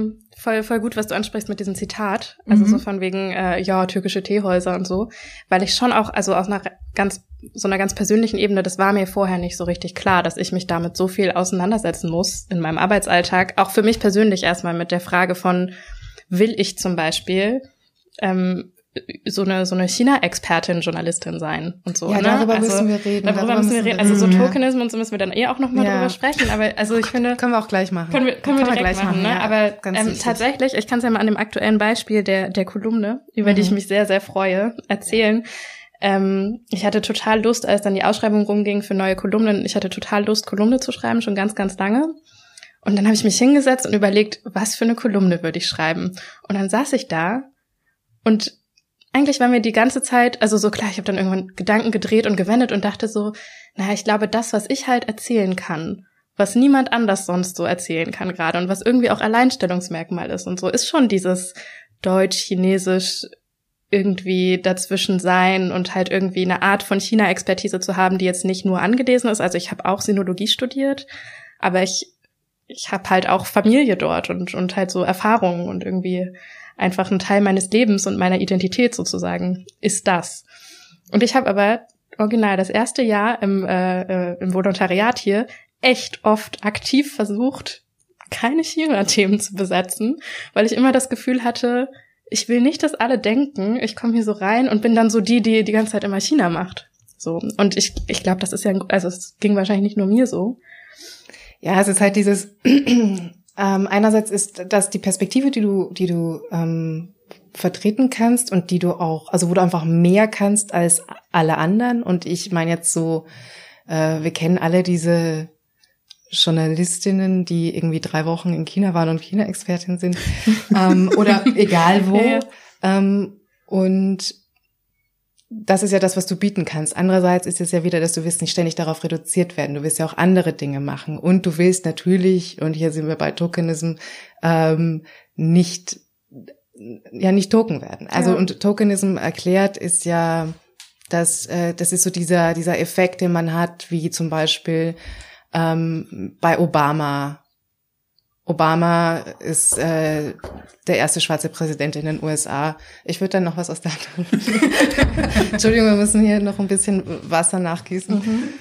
[SPEAKER 4] voll gut, was du ansprichst mit diesem Zitat. Also so von wegen, türkische Teehäuser und so. Weil ich schon auch, also aus einer ganz persönlichen Ebene, das war mir vorher nicht so richtig klar, dass ich mich damit so viel auseinandersetzen muss in meinem Arbeitsalltag. Auch für mich persönlich erstmal mit der Frage von, will ich zum Beispiel so eine China-Expertin, Journalistin sein und so.
[SPEAKER 2] Ja, darüber müssen wir reden.
[SPEAKER 4] Darüber müssen wir reden. Also so Tokenism und so müssen wir dann auch noch mal drüber sprechen. Aber also ich finde,
[SPEAKER 2] können wir auch gleich machen.
[SPEAKER 4] Können wir direkt gleich machen. Ne? Ja, aber tatsächlich, ich kann es ja mal an dem aktuellen Beispiel der Kolumne, über die ich mich sehr, sehr freue, erzählen. Ich hatte total Lust, als dann die Ausschreibung rumging für neue Kolumnen, ich hatte total Lust, Kolumne zu schreiben, schon ganz, ganz lange. Und dann habe ich mich hingesetzt und überlegt, was für eine Kolumne würde ich schreiben. Und dann saß ich da und eigentlich war mir die ganze Zeit, also so klar, ich habe dann irgendwann Gedanken gedreht und gewendet und dachte so, naja, ich glaube, das, was ich halt erzählen kann, was niemand anders sonst so erzählen kann gerade und was irgendwie auch Alleinstellungsmerkmal ist und so, ist schon dieses Deutsch-Chinesisch irgendwie dazwischen sein und halt irgendwie eine Art von China-Expertise zu haben, die jetzt nicht nur angelesen ist. Also ich habe auch Sinologie studiert, aber ich habe halt auch Familie dort und halt so Erfahrungen und irgendwie einfach ein Teil meines Lebens und meiner Identität sozusagen ist das. Und ich habe aber original das erste Jahr im Volontariat hier echt oft aktiv versucht, keine China-Themen zu besetzen, weil ich immer das Gefühl hatte, ich will nicht, dass alle denken, ich komme hier so rein und bin dann so die ganze Zeit immer China macht. So. Und ich glaube, das ist ja, also es ging wahrscheinlich nicht nur mir so.
[SPEAKER 2] Ja, es ist halt dieses, einerseits ist das die Perspektive, die du vertreten kannst und die du auch, also wo du einfach mehr kannst als alle anderen. Und ich meine jetzt so, wir kennen alle diese Journalistinnen, die irgendwie 3 Wochen in China waren und China-Expertin sind, oder egal wo. Und das ist ja das, was du bieten kannst. Andererseits ist es ja wieder, dass du willst nicht ständig darauf reduziert werden. Du willst ja auch andere Dinge machen. Und du willst natürlich, und hier sind wir bei Tokenism, nicht Token werden. Also, und Tokenism erklärt ist ja, dass das ist so dieser Effekt, den man hat, wie zum Beispiel bei Obama Obama ist der erste schwarze Präsident in den USA. Ich würde dann noch was aus der Hand holen. Entschuldigung, wir müssen hier noch ein bisschen Wasser nachgießen.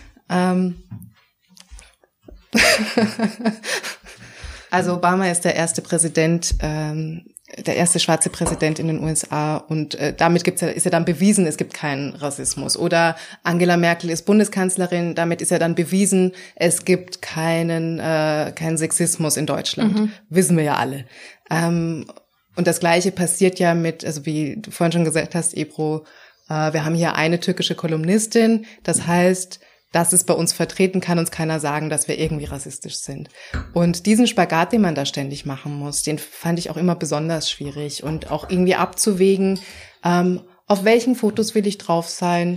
[SPEAKER 2] Also Obama ist der erste Präsident, der erste schwarze Präsident in den USA und damit ist ja dann bewiesen, es gibt keinen Rassismus. Oder Angela Merkel ist Bundeskanzlerin, damit ist ja dann bewiesen, es gibt keinen Sexismus in Deutschland. Wissen wir ja alle. Und das Gleiche passiert ja mit, also wie du vorhin schon gesagt hast, Ebru, wir haben hier eine türkische Kolumnistin, das heißt, das ist bei uns vertreten, kann uns keiner sagen, dass wir irgendwie rassistisch sind. Und diesen Spagat, den man da ständig machen muss, den fand ich auch immer besonders schwierig. Und auch irgendwie abzuwägen, auf welchen Fotos will ich drauf sein,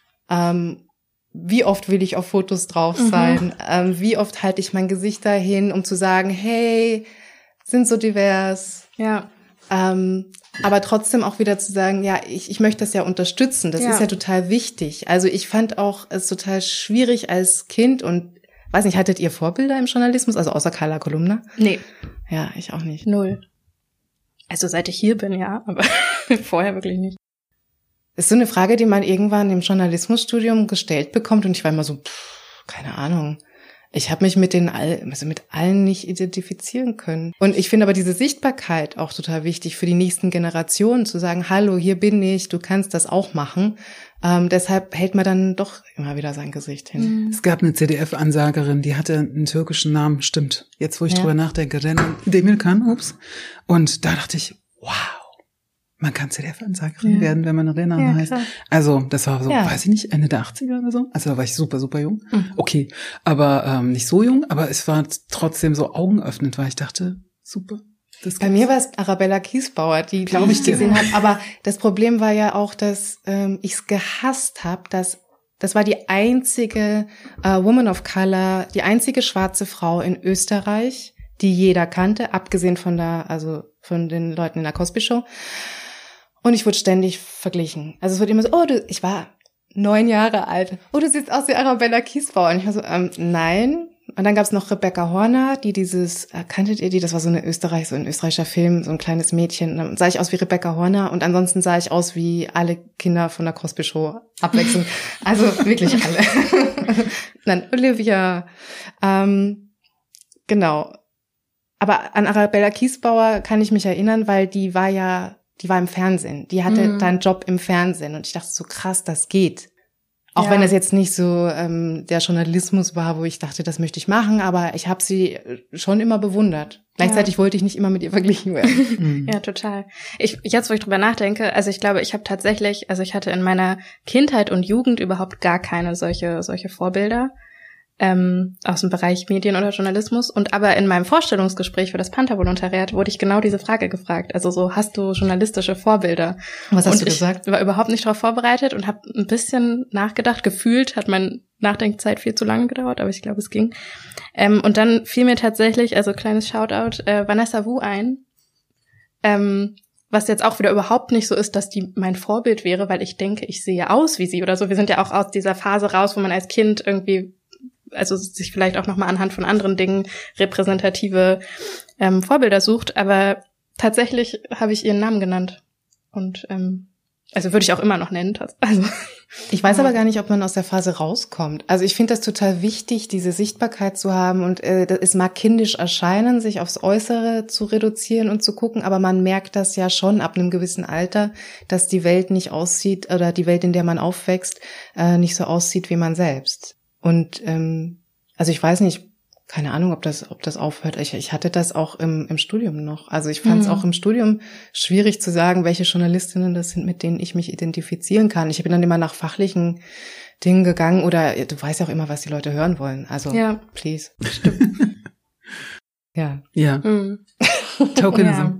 [SPEAKER 2] wie oft will ich auf Fotos drauf sein, wie oft halte ich mein Gesicht dahin, um zu sagen, hey, sind so divers.
[SPEAKER 4] Ja.
[SPEAKER 2] Aber trotzdem auch wieder zu sagen, ja, ich möchte das ja unterstützen. Das ist ja total wichtig. Also ich fand auch es total schwierig als Kind und weiß nicht, hattet ihr Vorbilder im Journalismus? Also außer Carla Kolumna?
[SPEAKER 4] Nee.
[SPEAKER 2] Ja, ich auch nicht.
[SPEAKER 4] 0. Also seit ich hier bin, ja, aber vorher wirklich nicht.
[SPEAKER 2] Das ist so eine Frage, die man irgendwann im Journalismusstudium gestellt bekommt und ich war immer so, keine Ahnung. Ich habe mich mit allen nicht identifizieren können. Und ich finde aber diese Sichtbarkeit auch total wichtig für die nächsten Generationen, zu sagen, hallo, hier bin ich, du kannst das auch machen. Deshalb hält man dann doch immer wieder sein Gesicht hin.
[SPEAKER 3] Es gab eine ZDF-Ansagerin, die hatte einen türkischen Namen, stimmt. Jetzt, wo ich drüber nachdenke, Demirkan, Und da dachte ich, wow. Man kann ZDF-Ansagerin werden, wenn man Renan heißt. Klar. Also das war so, weiß ich nicht, Ende der 80er oder so. Also da war ich super, super jung. Okay, aber nicht so jung, aber es war trotzdem so augenöffnend, weil ich dachte, super.
[SPEAKER 2] Bei mir war es Arabella Kiesbauer, die ich gesehen habe. Aber das Problem war ja auch, dass ich es gehasst habe, dass das war die einzige Woman of Color, die einzige schwarze Frau in Österreich, die jeder kannte, abgesehen von den Leuten in der Cosby Show. Und ich wurde ständig verglichen. Also es wurde immer so, ich war 9 Jahre alt. Oh, du siehst aus wie Arabella Kiesbauer. Und ich war so, nein. Und dann gab es noch Rebecca Horner, die kanntet ihr die? Das war so ein österreichischer Film, so ein kleines Mädchen. Und dann sah ich aus wie Rebecca Horner und ansonsten sah ich aus wie alle Kinder von der Cosby Show abwechselnd. Also wirklich alle. Dann Olivia. Genau. Aber an Arabella Kiesbauer kann ich mich erinnern, weil die war im Fernsehen. Die hatte da einen Job im Fernsehen. Und ich dachte so, krass, das geht. Auch wenn das jetzt nicht so der Journalismus war, wo ich dachte, das möchte ich machen. Aber ich habe sie schon immer bewundert. Gleichzeitig wollte ich nicht immer mit ihr verglichen werden.
[SPEAKER 4] Ja, total. Jetzt, wo ich drüber nachdenke, also ich glaube, ich hatte in meiner Kindheit und Jugend überhaupt gar keine solche Vorbilder. Aus dem Bereich Medien oder Journalismus. Und aber in meinem Vorstellungsgespräch für das Panther-Volontariat wurde ich genau diese Frage gefragt. Also so, hast du journalistische Vorbilder?
[SPEAKER 2] Was hast du gesagt?
[SPEAKER 4] Ich war überhaupt nicht darauf vorbereitet und habe ein bisschen nachgedacht. Gefühlt hat meine Nachdenkzeit viel zu lange gedauert, aber ich glaube, es ging. Und dann fiel mir tatsächlich, also kleines Shoutout, Vanessa Wu ein. Was jetzt auch wieder überhaupt nicht so ist, dass die mein Vorbild wäre, weil ich denke, ich sehe aus wie sie oder so. Wir sind ja auch aus dieser Phase raus, wo man als Kind irgendwie sich vielleicht auch nochmal anhand von anderen Dingen repräsentative Vorbilder sucht, aber tatsächlich habe ich ihren Namen genannt und also würde ich auch immer noch nennen. Also
[SPEAKER 2] ich weiß aber gar nicht, ob man aus der Phase rauskommt. Also ich finde das total wichtig, diese Sichtbarkeit zu haben und es mag kindisch erscheinen, sich aufs Äußere zu reduzieren und zu gucken, aber man merkt das ja schon ab einem gewissen Alter, dass die Welt nicht aussieht oder die Welt, in der man aufwächst, nicht so aussieht wie man selbst. Und also ich weiß nicht, keine Ahnung, ob das aufhört. Ich hatte das auch im Studium noch. Also ich fand es auch im Studium schwierig zu sagen, welche Journalistinnen das sind, mit denen ich mich identifizieren kann. Ich bin dann immer nach fachlichen Dingen gegangen oder du weißt ja auch immer, was die Leute hören wollen. Also please.
[SPEAKER 4] Stimmt.
[SPEAKER 2] Ja.
[SPEAKER 3] Tokenism.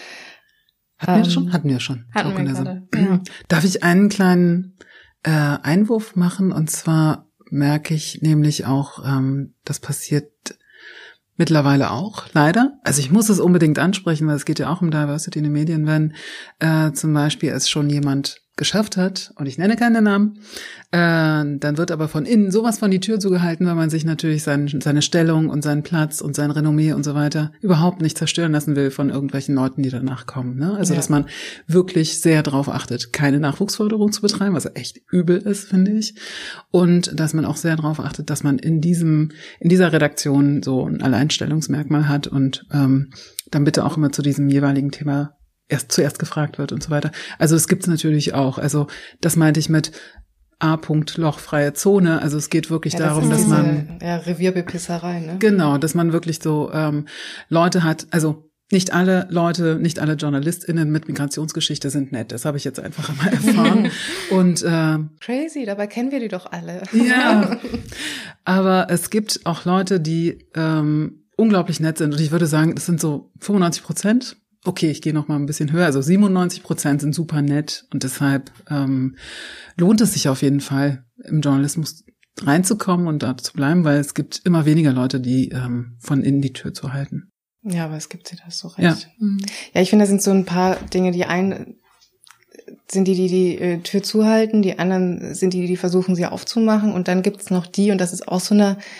[SPEAKER 3] Hatten wir schon.
[SPEAKER 4] Tokenism.
[SPEAKER 3] Darf ich einen kleinen Einwurf machen? Und zwar merke ich nämlich auch, das passiert mittlerweile auch, leider. Also ich muss es unbedingt ansprechen, weil es geht ja auch um Diversity in den Medien, wenn zum Beispiel es schon jemand geschafft hat, und ich nenne keine Namen, dann wird aber von innen sowas von die Tür zugehalten, weil man sich natürlich seine Stellung und seinen Platz und sein Renommee und so weiter überhaupt nicht zerstören lassen will von irgendwelchen Leuten, die danach kommen. Ne? Also dass man wirklich sehr darauf achtet, keine Nachwuchsförderung zu betreiben, was echt übel ist, finde ich. Und dass man auch sehr darauf achtet, dass man in dieser Redaktion so ein Alleinstellungsmerkmal hat und dann bitte auch immer zu diesem jeweiligen Thema zuerst gefragt wird und so weiter. Also es gibt's natürlich auch. Also das meinte ich mit lochfreie Zone. Also es geht wirklich darum, dass man
[SPEAKER 2] Revierbepisserei, ne?
[SPEAKER 3] Genau, dass man wirklich so Leute hat. Also nicht alle JournalistInnen mit Migrationsgeschichte sind nett. Das habe ich jetzt einfach mal erfahren. Und
[SPEAKER 2] crazy, dabei kennen wir die doch alle.
[SPEAKER 3] Ja, aber es gibt auch Leute, die unglaublich nett sind. Und ich würde sagen, das sind so 95%. Okay, ich gehe noch mal ein bisschen höher. Also 97% sind super nett. Und deshalb lohnt es sich auf jeden Fall, im Journalismus reinzukommen und da zu bleiben, weil es gibt immer weniger Leute, die von innen die Tür zu halten.
[SPEAKER 2] Ja, aber es gibt sie, das so recht. Ja, ich finde, das sind so ein paar Dinge, die einen sind die Tür zuhalten, die anderen sind die versuchen, sie aufzumachen, und dann gibt's noch die, und das ist auch so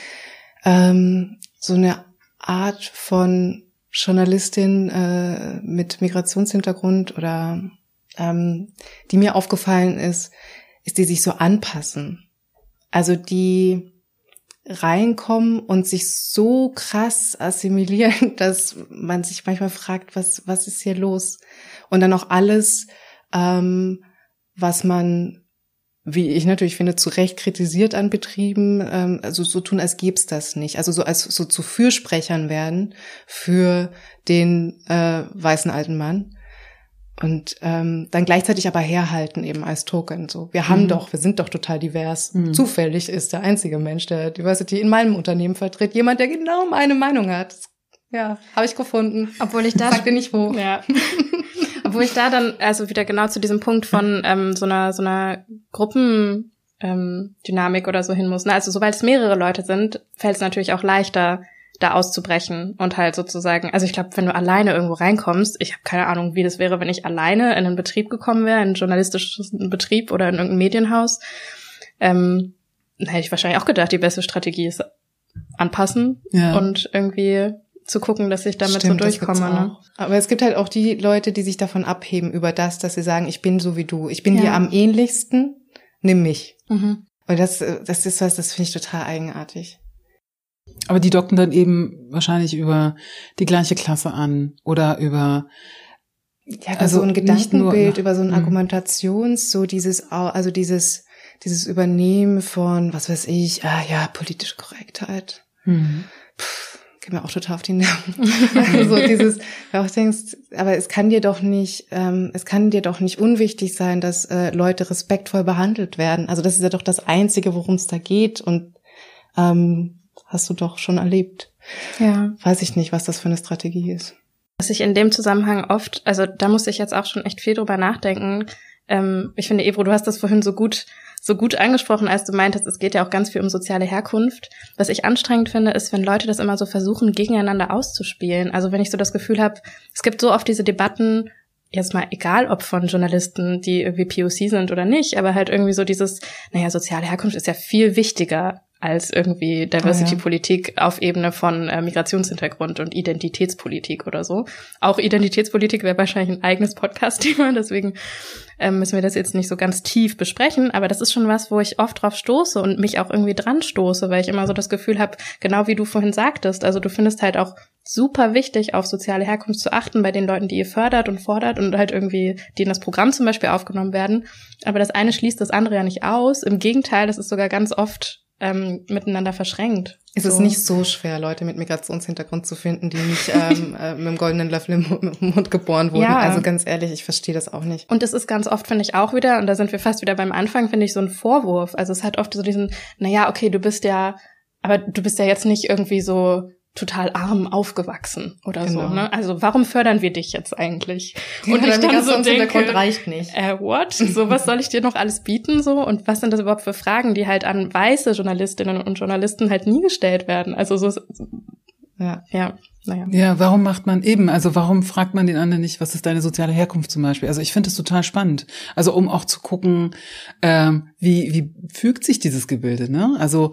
[SPEAKER 2] eine Art von Journalistin mit Migrationshintergrund oder die mir aufgefallen ist, die sich so anpassen. Also die reinkommen und sich so krass assimilieren, dass man sich manchmal fragt, was ist hier los? Und dann auch alles, was man, wie ich natürlich finde, zu Recht kritisiert an Betrieben, also so tun, als gäbe es das nicht. Also so als so zu Fürsprechern werden für den weißen alten Mann. Und dann gleichzeitig aber herhalten eben als Token. So, wir sind doch total divers. Zufällig ist der einzige Mensch, der Diversity in meinem Unternehmen vertritt, jemand, der genau meine Meinung hat. Ja, habe ich gefunden.
[SPEAKER 4] Obwohl ich da
[SPEAKER 2] sag dir nicht wo.
[SPEAKER 4] Ja. Obwohl ich da dann also wieder genau zu diesem Punkt von so einer Gruppendynamik oder so hin muss. Ne? Also sobald es mehrere Leute sind, fällt es natürlich auch leichter, da auszubrechen und halt sozusagen, also ich glaube, wenn du alleine irgendwo reinkommst, ich habe keine Ahnung, wie das wäre, wenn ich alleine in einen Betrieb gekommen wäre, in einen journalistischen Betrieb oder in irgendein Medienhaus, dann hätte ich wahrscheinlich auch gedacht, die beste Strategie ist anpassen und irgendwie zu gucken, dass ich damit so durchkomme. Ne?
[SPEAKER 2] Aber es gibt halt auch die Leute, die sich davon abheben über dass sie sagen, ich bin so wie du, ich bin dir am ähnlichsten, nimm mich. Und das ist was, das finde ich total eigenartig.
[SPEAKER 3] Aber die docken dann eben wahrscheinlich über die gleiche Klasse an oder über
[SPEAKER 2] so ein Gedankenbild, über so ein so dieses Übernehmen von, was weiß ich, politische Korrektheit. Geht mir auch total auf die Nerven. Also dieses, wenn du auch denkst, aber es kann dir doch nicht unwichtig sein, dass Leute respektvoll behandelt werden. Also das ist ja doch das Einzige, worum es da geht, und hast du doch schon erlebt.
[SPEAKER 4] Ja.
[SPEAKER 2] Weiß ich nicht, was das für eine Strategie ist.
[SPEAKER 4] Was ich in dem Zusammenhang oft, also da muss ich jetzt auch schon echt viel drüber nachdenken. Ich finde, Ebro, du hast das vorhin so gut angesprochen, als du meintest, es geht ja auch ganz viel um soziale Herkunft. Was ich anstrengend finde, ist, wenn Leute das immer so versuchen, gegeneinander auszuspielen. Also wenn ich so das Gefühl habe, es gibt so oft diese Debatten, jetzt mal egal ob von Journalisten, die irgendwie POC sind oder nicht, aber halt irgendwie so dieses, soziale Herkunft ist ja viel wichtiger als irgendwie Diversity-Politik auf Ebene von Migrationshintergrund und Identitätspolitik oder so. Auch Identitätspolitik wäre wahrscheinlich ein eigenes Podcast-Thema, deswegen müssen wir das jetzt nicht so ganz tief besprechen, aber das ist schon was, wo ich oft drauf stoße und mich auch irgendwie dran stoße, weil ich immer so das Gefühl habe, genau wie du vorhin sagtest, also du findest halt auch super wichtig, auf soziale Herkunft zu achten bei den Leuten, die ihr fördert und fordert und halt irgendwie, die in das Programm zum Beispiel aufgenommen werden, aber das eine schließt das andere ja nicht aus, im Gegenteil, das ist sogar ganz oft miteinander verschränkt.
[SPEAKER 2] Es ist nicht so schwer, Leute mit Migrationshintergrund zu finden, die nicht mit einem goldenen Löffel im Mund geboren wurden. Ja. Also ganz ehrlich, ich verstehe das auch nicht.
[SPEAKER 4] Und es ist ganz oft, finde ich auch wieder, und da sind wir fast wieder beim Anfang, finde ich, so ein Vorwurf. Also es hat oft so diesen, okay, du bist ja jetzt nicht irgendwie so total arm aufgewachsen oder so, ne? Also warum fördern wir dich jetzt eigentlich?
[SPEAKER 2] Und ich dann so denke, reicht nicht.
[SPEAKER 4] What? So, was soll ich dir noch alles bieten so? Und was sind das überhaupt für Fragen, die halt an weiße Journalistinnen und Journalisten halt nie gestellt werden? Also so Ja. Naja.
[SPEAKER 3] Ja, warum warum fragt man den anderen nicht, was ist deine soziale Herkunft zum Beispiel? Also ich finde es total spannend. Also um auch zu gucken, wie fügt sich dieses Gebilde, ne? Also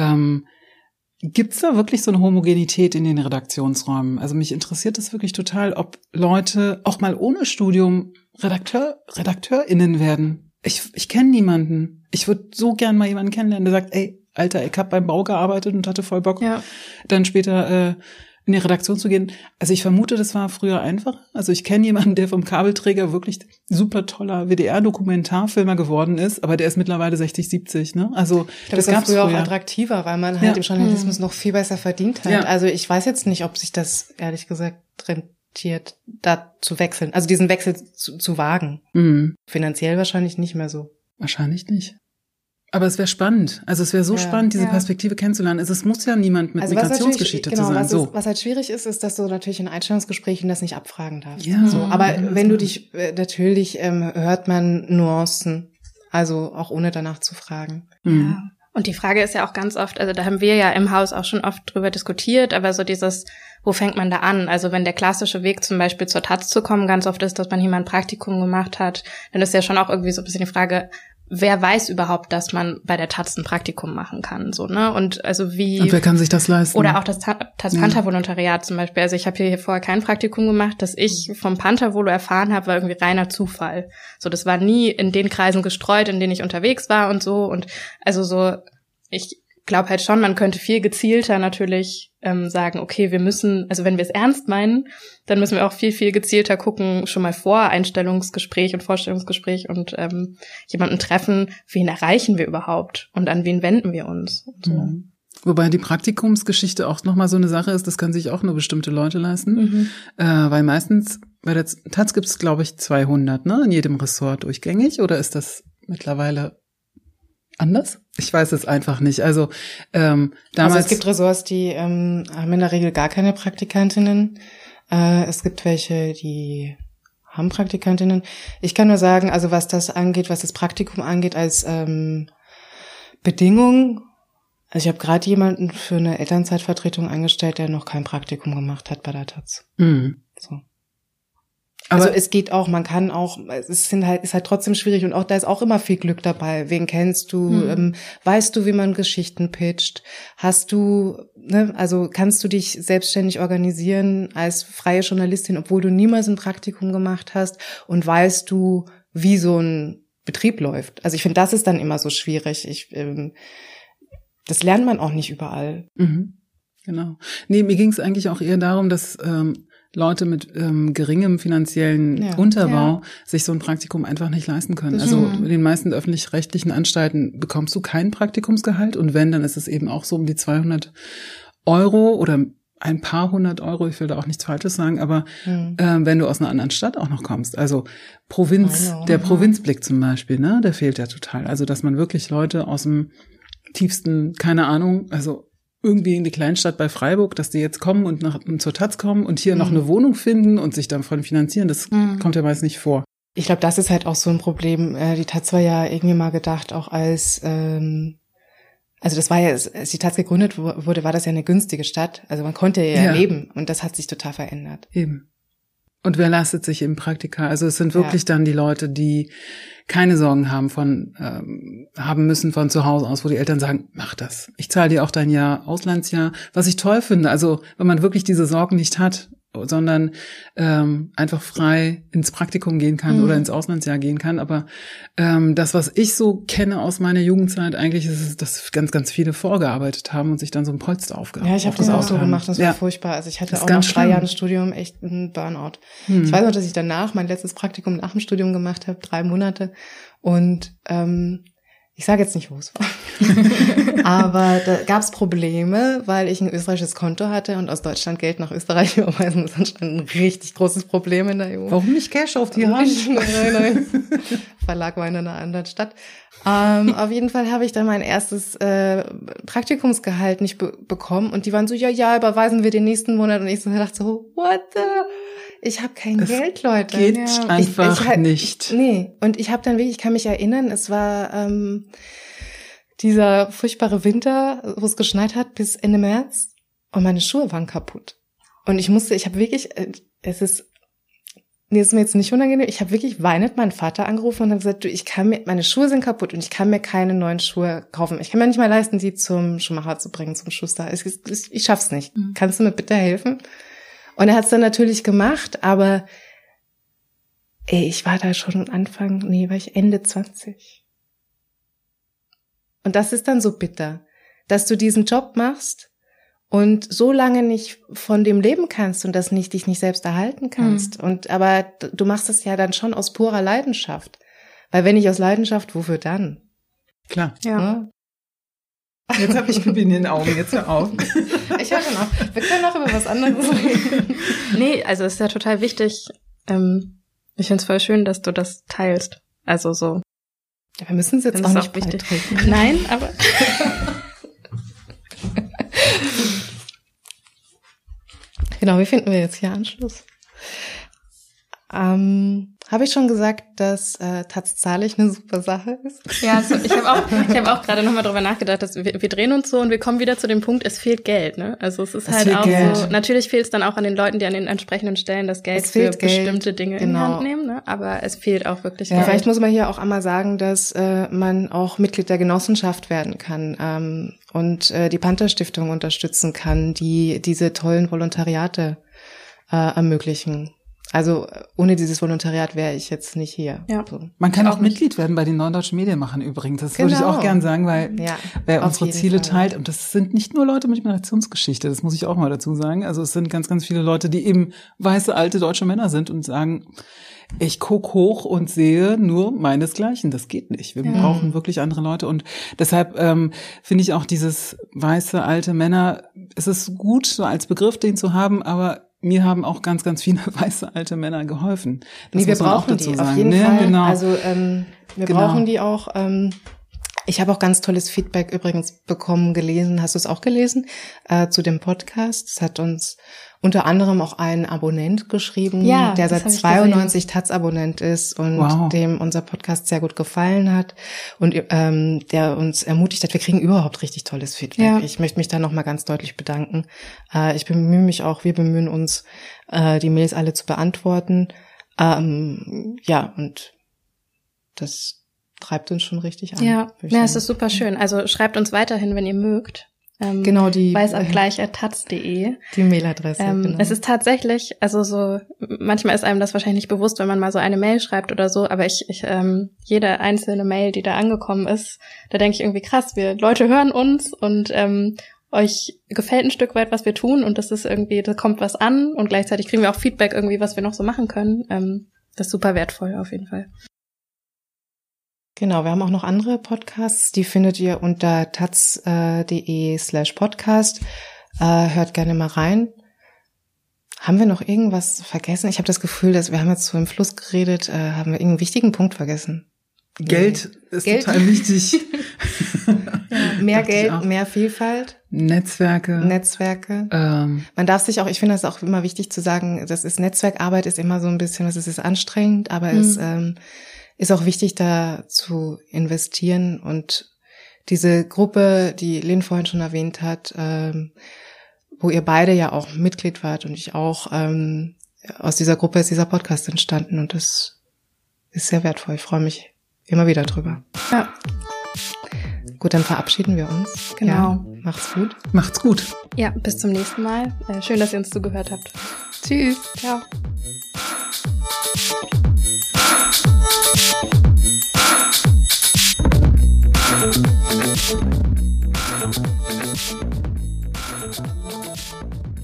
[SPEAKER 3] gibt's da wirklich so eine Homogenität in den Redaktionsräumen? Also mich interessiert das wirklich total, ob Leute auch mal ohne Studium RedakteurInnen werden. Ich kenne niemanden. Ich würde so gern mal jemanden kennenlernen, der sagt, ey, Alter, ich habe beim Bau gearbeitet und hatte voll Bock, dann später in die Redaktion zu gehen. Also ich vermute, das war früher einfacher. Also ich kenne jemanden, der vom Kabelträger wirklich super toller WDR-Dokumentarfilmer geworden ist, aber der ist mittlerweile 60, 70, ne? Also
[SPEAKER 2] das war früher auch attraktiver, weil man halt im Journalismus noch viel besser verdient hat. Ja. Also ich weiß jetzt nicht, ob sich das, ehrlich gesagt, rentiert, da zu wechseln. Also diesen Wechsel zu wagen. Finanziell wahrscheinlich nicht mehr so.
[SPEAKER 3] Wahrscheinlich nicht. Aber es wäre spannend. Also es wäre so spannend, diese Perspektive kennenzulernen. Also es muss ja niemand mit Migrationsgeschichte zu sein.
[SPEAKER 2] Was halt schwierig ist, dass du natürlich in Einstellungsgesprächen das nicht abfragen darfst. Ja, so. Aber wenn du dich, natürlich hört man Nuancen. Also auch ohne danach zu fragen.
[SPEAKER 4] Ja. Und die Frage ist ja auch ganz oft, also da haben wir ja im Haus auch schon oft drüber diskutiert, aber so dieses, wo fängt man da an? Also wenn der klassische Weg zum Beispiel zur Taz zu kommen ganz oft ist, dass man hier mal ein Praktikum gemacht hat, dann ist ja schon auch irgendwie so ein bisschen die Frage, wer weiß überhaupt, dass man bei der Taz ein Praktikum machen kann, so, ne? Und also wie.
[SPEAKER 3] Und wer kann sich das leisten?
[SPEAKER 4] Oder auch das Taz-Panther-Volontariat zum Beispiel. Also ich habe hier vorher kein Praktikum gemacht. Dass ich vom Panther-Volo erfahren habe, war irgendwie reiner Zufall. So, das war nie in den Kreisen gestreut, in denen ich unterwegs war und so. Und also so, ich glaube halt schon, man könnte viel gezielter natürlich sagen, okay, wir müssen, also wenn wir es ernst meinen, dann müssen wir auch viel, viel gezielter gucken, schon mal vor Einstellungsgespräch und Vorstellungsgespräch und jemanden treffen, wen erreichen wir überhaupt und an wen wenden wir uns. Und so.
[SPEAKER 3] Wobei die Praktikumsgeschichte auch nochmal so eine Sache ist, das kann sich auch nur bestimmte Leute leisten, weil meistens, bei der Taz gibt es, glaube ich, 200, ne, in jedem Ressort durchgängig, oder ist das mittlerweile anders? Ich weiß es einfach nicht. Also damals.
[SPEAKER 2] Also es gibt Ressorts, die haben in der Regel gar keine Praktikantinnen. Es gibt welche, die haben Praktikantinnen. Ich kann nur sagen, also was das angeht, was das Praktikum angeht als Bedingung. Also ich habe gerade jemanden für eine Elternzeitvertretung eingestellt, der noch kein Praktikum gemacht hat bei der Taz. So. Aber also es geht auch, man kann auch, ist halt trotzdem schwierig und auch da ist auch immer viel Glück dabei. Wen kennst du? Weißt du, wie man Geschichten pitcht? Hast du, ne, also kannst du dich selbstständig organisieren als freie Journalistin, obwohl du niemals ein Praktikum gemacht hast, und weißt du, wie so ein Betrieb läuft? Also ich finde, das ist dann immer so schwierig. Das lernt man auch nicht überall.
[SPEAKER 3] Genau. Nee, mir ging es eigentlich auch eher darum, dass Leute mit geringem finanziellen Unterbau sich so ein Praktikum einfach nicht leisten können. Also in den meisten öffentlich-rechtlichen Anstalten bekommst du kein Praktikumsgehalt, und wenn, dann ist es eben auch so um die 200 Euro oder ein paar 100 Euro, ich will da auch nichts Falsches sagen, aber wenn du aus einer anderen Stadt auch noch kommst, also der Provinzblick zum Beispiel, ne, der fehlt ja total. Also dass man wirklich Leute aus dem tiefsten, keine Ahnung, also irgendwie in die Kleinstadt bei Freiburg, dass die jetzt kommen und zur Taz kommen und hier noch eine Wohnung finden und sich davon finanzieren, das kommt ja meist nicht vor.
[SPEAKER 2] Ich glaube, das ist halt auch so ein Problem. Die Taz war ja irgendwie mal gedacht auch als, also das war ja, als die Taz gegründet wurde, war das ja eine günstige Stadt. Also man konnte ja leben, und das hat sich total verändert.
[SPEAKER 3] Eben. Und wer leistet sich eben Praktika? Also es sind wirklich dann die Leute, die keine Sorgen haben müssen von zu Hause aus, wo die Eltern sagen, mach das. Ich zahle dir auch dein Auslandsjahr, was ich toll finde. Also wenn man wirklich diese Sorgen nicht hat, sondern einfach frei ins Praktikum gehen kann oder ins Auslandsjahr gehen kann. Aber das, was ich so kenne aus meiner Jugendzeit, eigentlich ist es, dass ganz, ganz viele vorgearbeitet haben und sich dann so ein Polster aufgebaut haben.
[SPEAKER 2] Ja, ich habe das auch so gemacht, das war furchtbar. Also ich hatte auch nach 3 Jahren Studium echt einen Burnout. Ich weiß noch, dass ich danach mein letztes Praktikum nach dem Studium gemacht habe, 3 Monate. Und ich sage jetzt nicht, wo es war. Aber da gab es Probleme, weil ich ein österreichisches Konto hatte und aus Deutschland Geld nach Österreich überweisen. Das ist anscheinend ein richtig großes Problem in der EU.
[SPEAKER 3] Warum nicht Cash auf die Hand?
[SPEAKER 2] Nein. Verlag war in einer anderen Stadt. Auf jeden Fall habe ich dann mein erstes Praktikumsgehalt nicht bekommen. Und die waren so, ja, überweisen wir den nächsten Monat. Und ich dachte so, what the... Ich habe kein Geld, Leute.
[SPEAKER 3] Geht einfach nicht.
[SPEAKER 2] Nee. Und ich habe dann wirklich, ich kann mich erinnern, es war dieser furchtbare Winter, wo es geschneit hat, bis Ende März. und meine Schuhe waren kaputt. Und ich habe wirklich, es ist mir jetzt nicht unangenehm, ich habe wirklich weinend meinen Vater angerufen und habe gesagt, du, meine Schuhe sind kaputt und ich kann mir keine neuen Schuhe kaufen. Ich kann mir nicht mal leisten, die zum Schuhmacher zu bringen, zum Schuster. Ich schaff's nicht. Kannst du mir bitte helfen? Und er hat's dann natürlich gemacht, aber ich war da schon war ich Ende 20. Und das ist dann so bitter, dass du diesen Job machst und so lange nicht von dem leben kannst und dich nicht selbst erhalten kannst. Aber du machst es ja dann schon aus purer Leidenschaft. Weil wenn nicht aus Leidenschaft, wofür dann?
[SPEAKER 3] Klar.
[SPEAKER 2] Ja.
[SPEAKER 3] Jetzt habe ich Pipi in den Augen, jetzt hör auf.
[SPEAKER 2] Ich höre schon auf. Wir können noch über was anderes reden.
[SPEAKER 4] Nee, also es ist ja total wichtig. Ich finde es voll schön, dass du das teilst. Also so.
[SPEAKER 2] Ja, wir müssen es jetzt auch nicht
[SPEAKER 4] wichtig.
[SPEAKER 2] Treten.
[SPEAKER 4] Nein, aber...
[SPEAKER 2] Genau, wie finden wir jetzt hier Anschluss? Habe ich schon gesagt, dass Taz-Zahlig eine super Sache ist?
[SPEAKER 4] Ja, also ich habe auch gerade nochmal drüber nachgedacht, dass wir drehen uns so und wir kommen wieder zu dem Punkt, es fehlt Geld, ne? Also es ist halt auch Geld. So, natürlich fehlt es dann auch an den Leuten, die an den entsprechenden Stellen das Geld für bestimmte Dinge in die Hand nehmen, ne? Aber es fehlt auch wirklich Geld.
[SPEAKER 2] Vielleicht muss man hier auch einmal sagen, dass man auch Mitglied der Genossenschaft werden kann und die Panther-Stiftung unterstützen kann, die diese tollen Volontariate ermöglichen. Also ohne dieses Volontariat wäre ich jetzt nicht hier.
[SPEAKER 4] Ja.
[SPEAKER 3] So. Man kann auch Mitglied werden bei den Norddeutschen Medienmachern übrigens. Das würde ich auch gern sagen, weil wer unsere Ziele teilt, und das sind nicht nur Leute mit Migrationsgeschichte, das muss ich auch mal dazu sagen. Also es sind ganz, ganz viele Leute, die eben weiße, alte deutsche Männer sind und sagen, ich guck hoch und sehe nur meinesgleichen. Das geht nicht. Wir brauchen wirklich andere Leute. Und deshalb finde ich auch dieses weiße, alte Männer, es ist gut, so als Begriff den zu haben, aber mir haben auch ganz, ganz viele weiße alte Männer geholfen. Das
[SPEAKER 2] wir brauchen die auf jeden Fall.
[SPEAKER 3] Genau.
[SPEAKER 2] Also wir brauchen die auch. Ich habe auch ganz tolles Feedback übrigens bekommen, gelesen. Hast du es auch gelesen? Zu dem Podcast. Es hat uns unter anderem auch ein Abonnent geschrieben, der seit 92 Taz-Abonnent ist und dem unser Podcast sehr gut gefallen hat und der uns ermutigt hat. Wir kriegen überhaupt richtig tolles Feedback. Ja. Ich möchte mich da nochmal ganz deutlich bedanken. Wir bemühen uns, die Mails alle zu beantworten. Und das treibt uns schon richtig an.
[SPEAKER 4] Ja, es ist super schön. Also schreibt uns weiterhin, wenn ihr mögt.
[SPEAKER 2] Genau, die
[SPEAKER 4] weißabgleich@taz.de.
[SPEAKER 2] Die Mailadresse. Genau.
[SPEAKER 4] Es ist tatsächlich, also so, manchmal ist einem das wahrscheinlich nicht bewusst, wenn man mal so eine Mail schreibt oder so, aber jede einzelne Mail, die da angekommen ist, da denke ich irgendwie krass, Leute hören uns und euch gefällt ein Stück weit, was wir tun und das ist irgendwie, da kommt was an und gleichzeitig kriegen wir auch Feedback irgendwie, was wir noch so machen können. Das ist super wertvoll auf jeden Fall.
[SPEAKER 2] Genau, wir haben auch noch andere Podcasts, die findet ihr unter taz.de/podcast. Hört gerne mal rein. Haben wir noch irgendwas vergessen? Ich habe das Gefühl, dass wir haben jetzt so im Fluss geredet, haben wir irgendeinen wichtigen Punkt vergessen.
[SPEAKER 3] Geld ist total wichtig.
[SPEAKER 2] Mehr Geld, mehr Vielfalt.
[SPEAKER 3] Netzwerke.
[SPEAKER 2] Man darf sich auch, ich finde das auch immer wichtig zu sagen, Netzwerkarbeit ist immer so ein bisschen, es ist anstrengend, aber es ist auch wichtig, da zu investieren und diese Gruppe, die Lynn vorhin schon erwähnt hat, wo ihr beide ja auch Mitglied wart und ich auch, aus dieser Gruppe ist dieser Podcast entstanden und das ist sehr wertvoll. Ich freue mich immer wieder drüber.
[SPEAKER 4] Ja.
[SPEAKER 2] Gut, dann verabschieden wir uns.
[SPEAKER 4] Genau.
[SPEAKER 2] Ja, macht's gut.
[SPEAKER 3] Macht's gut.
[SPEAKER 4] Ja, bis zum nächsten Mal. Schön, dass ihr uns zugehört habt.
[SPEAKER 2] Tschüss.
[SPEAKER 4] Ciao. Thank you.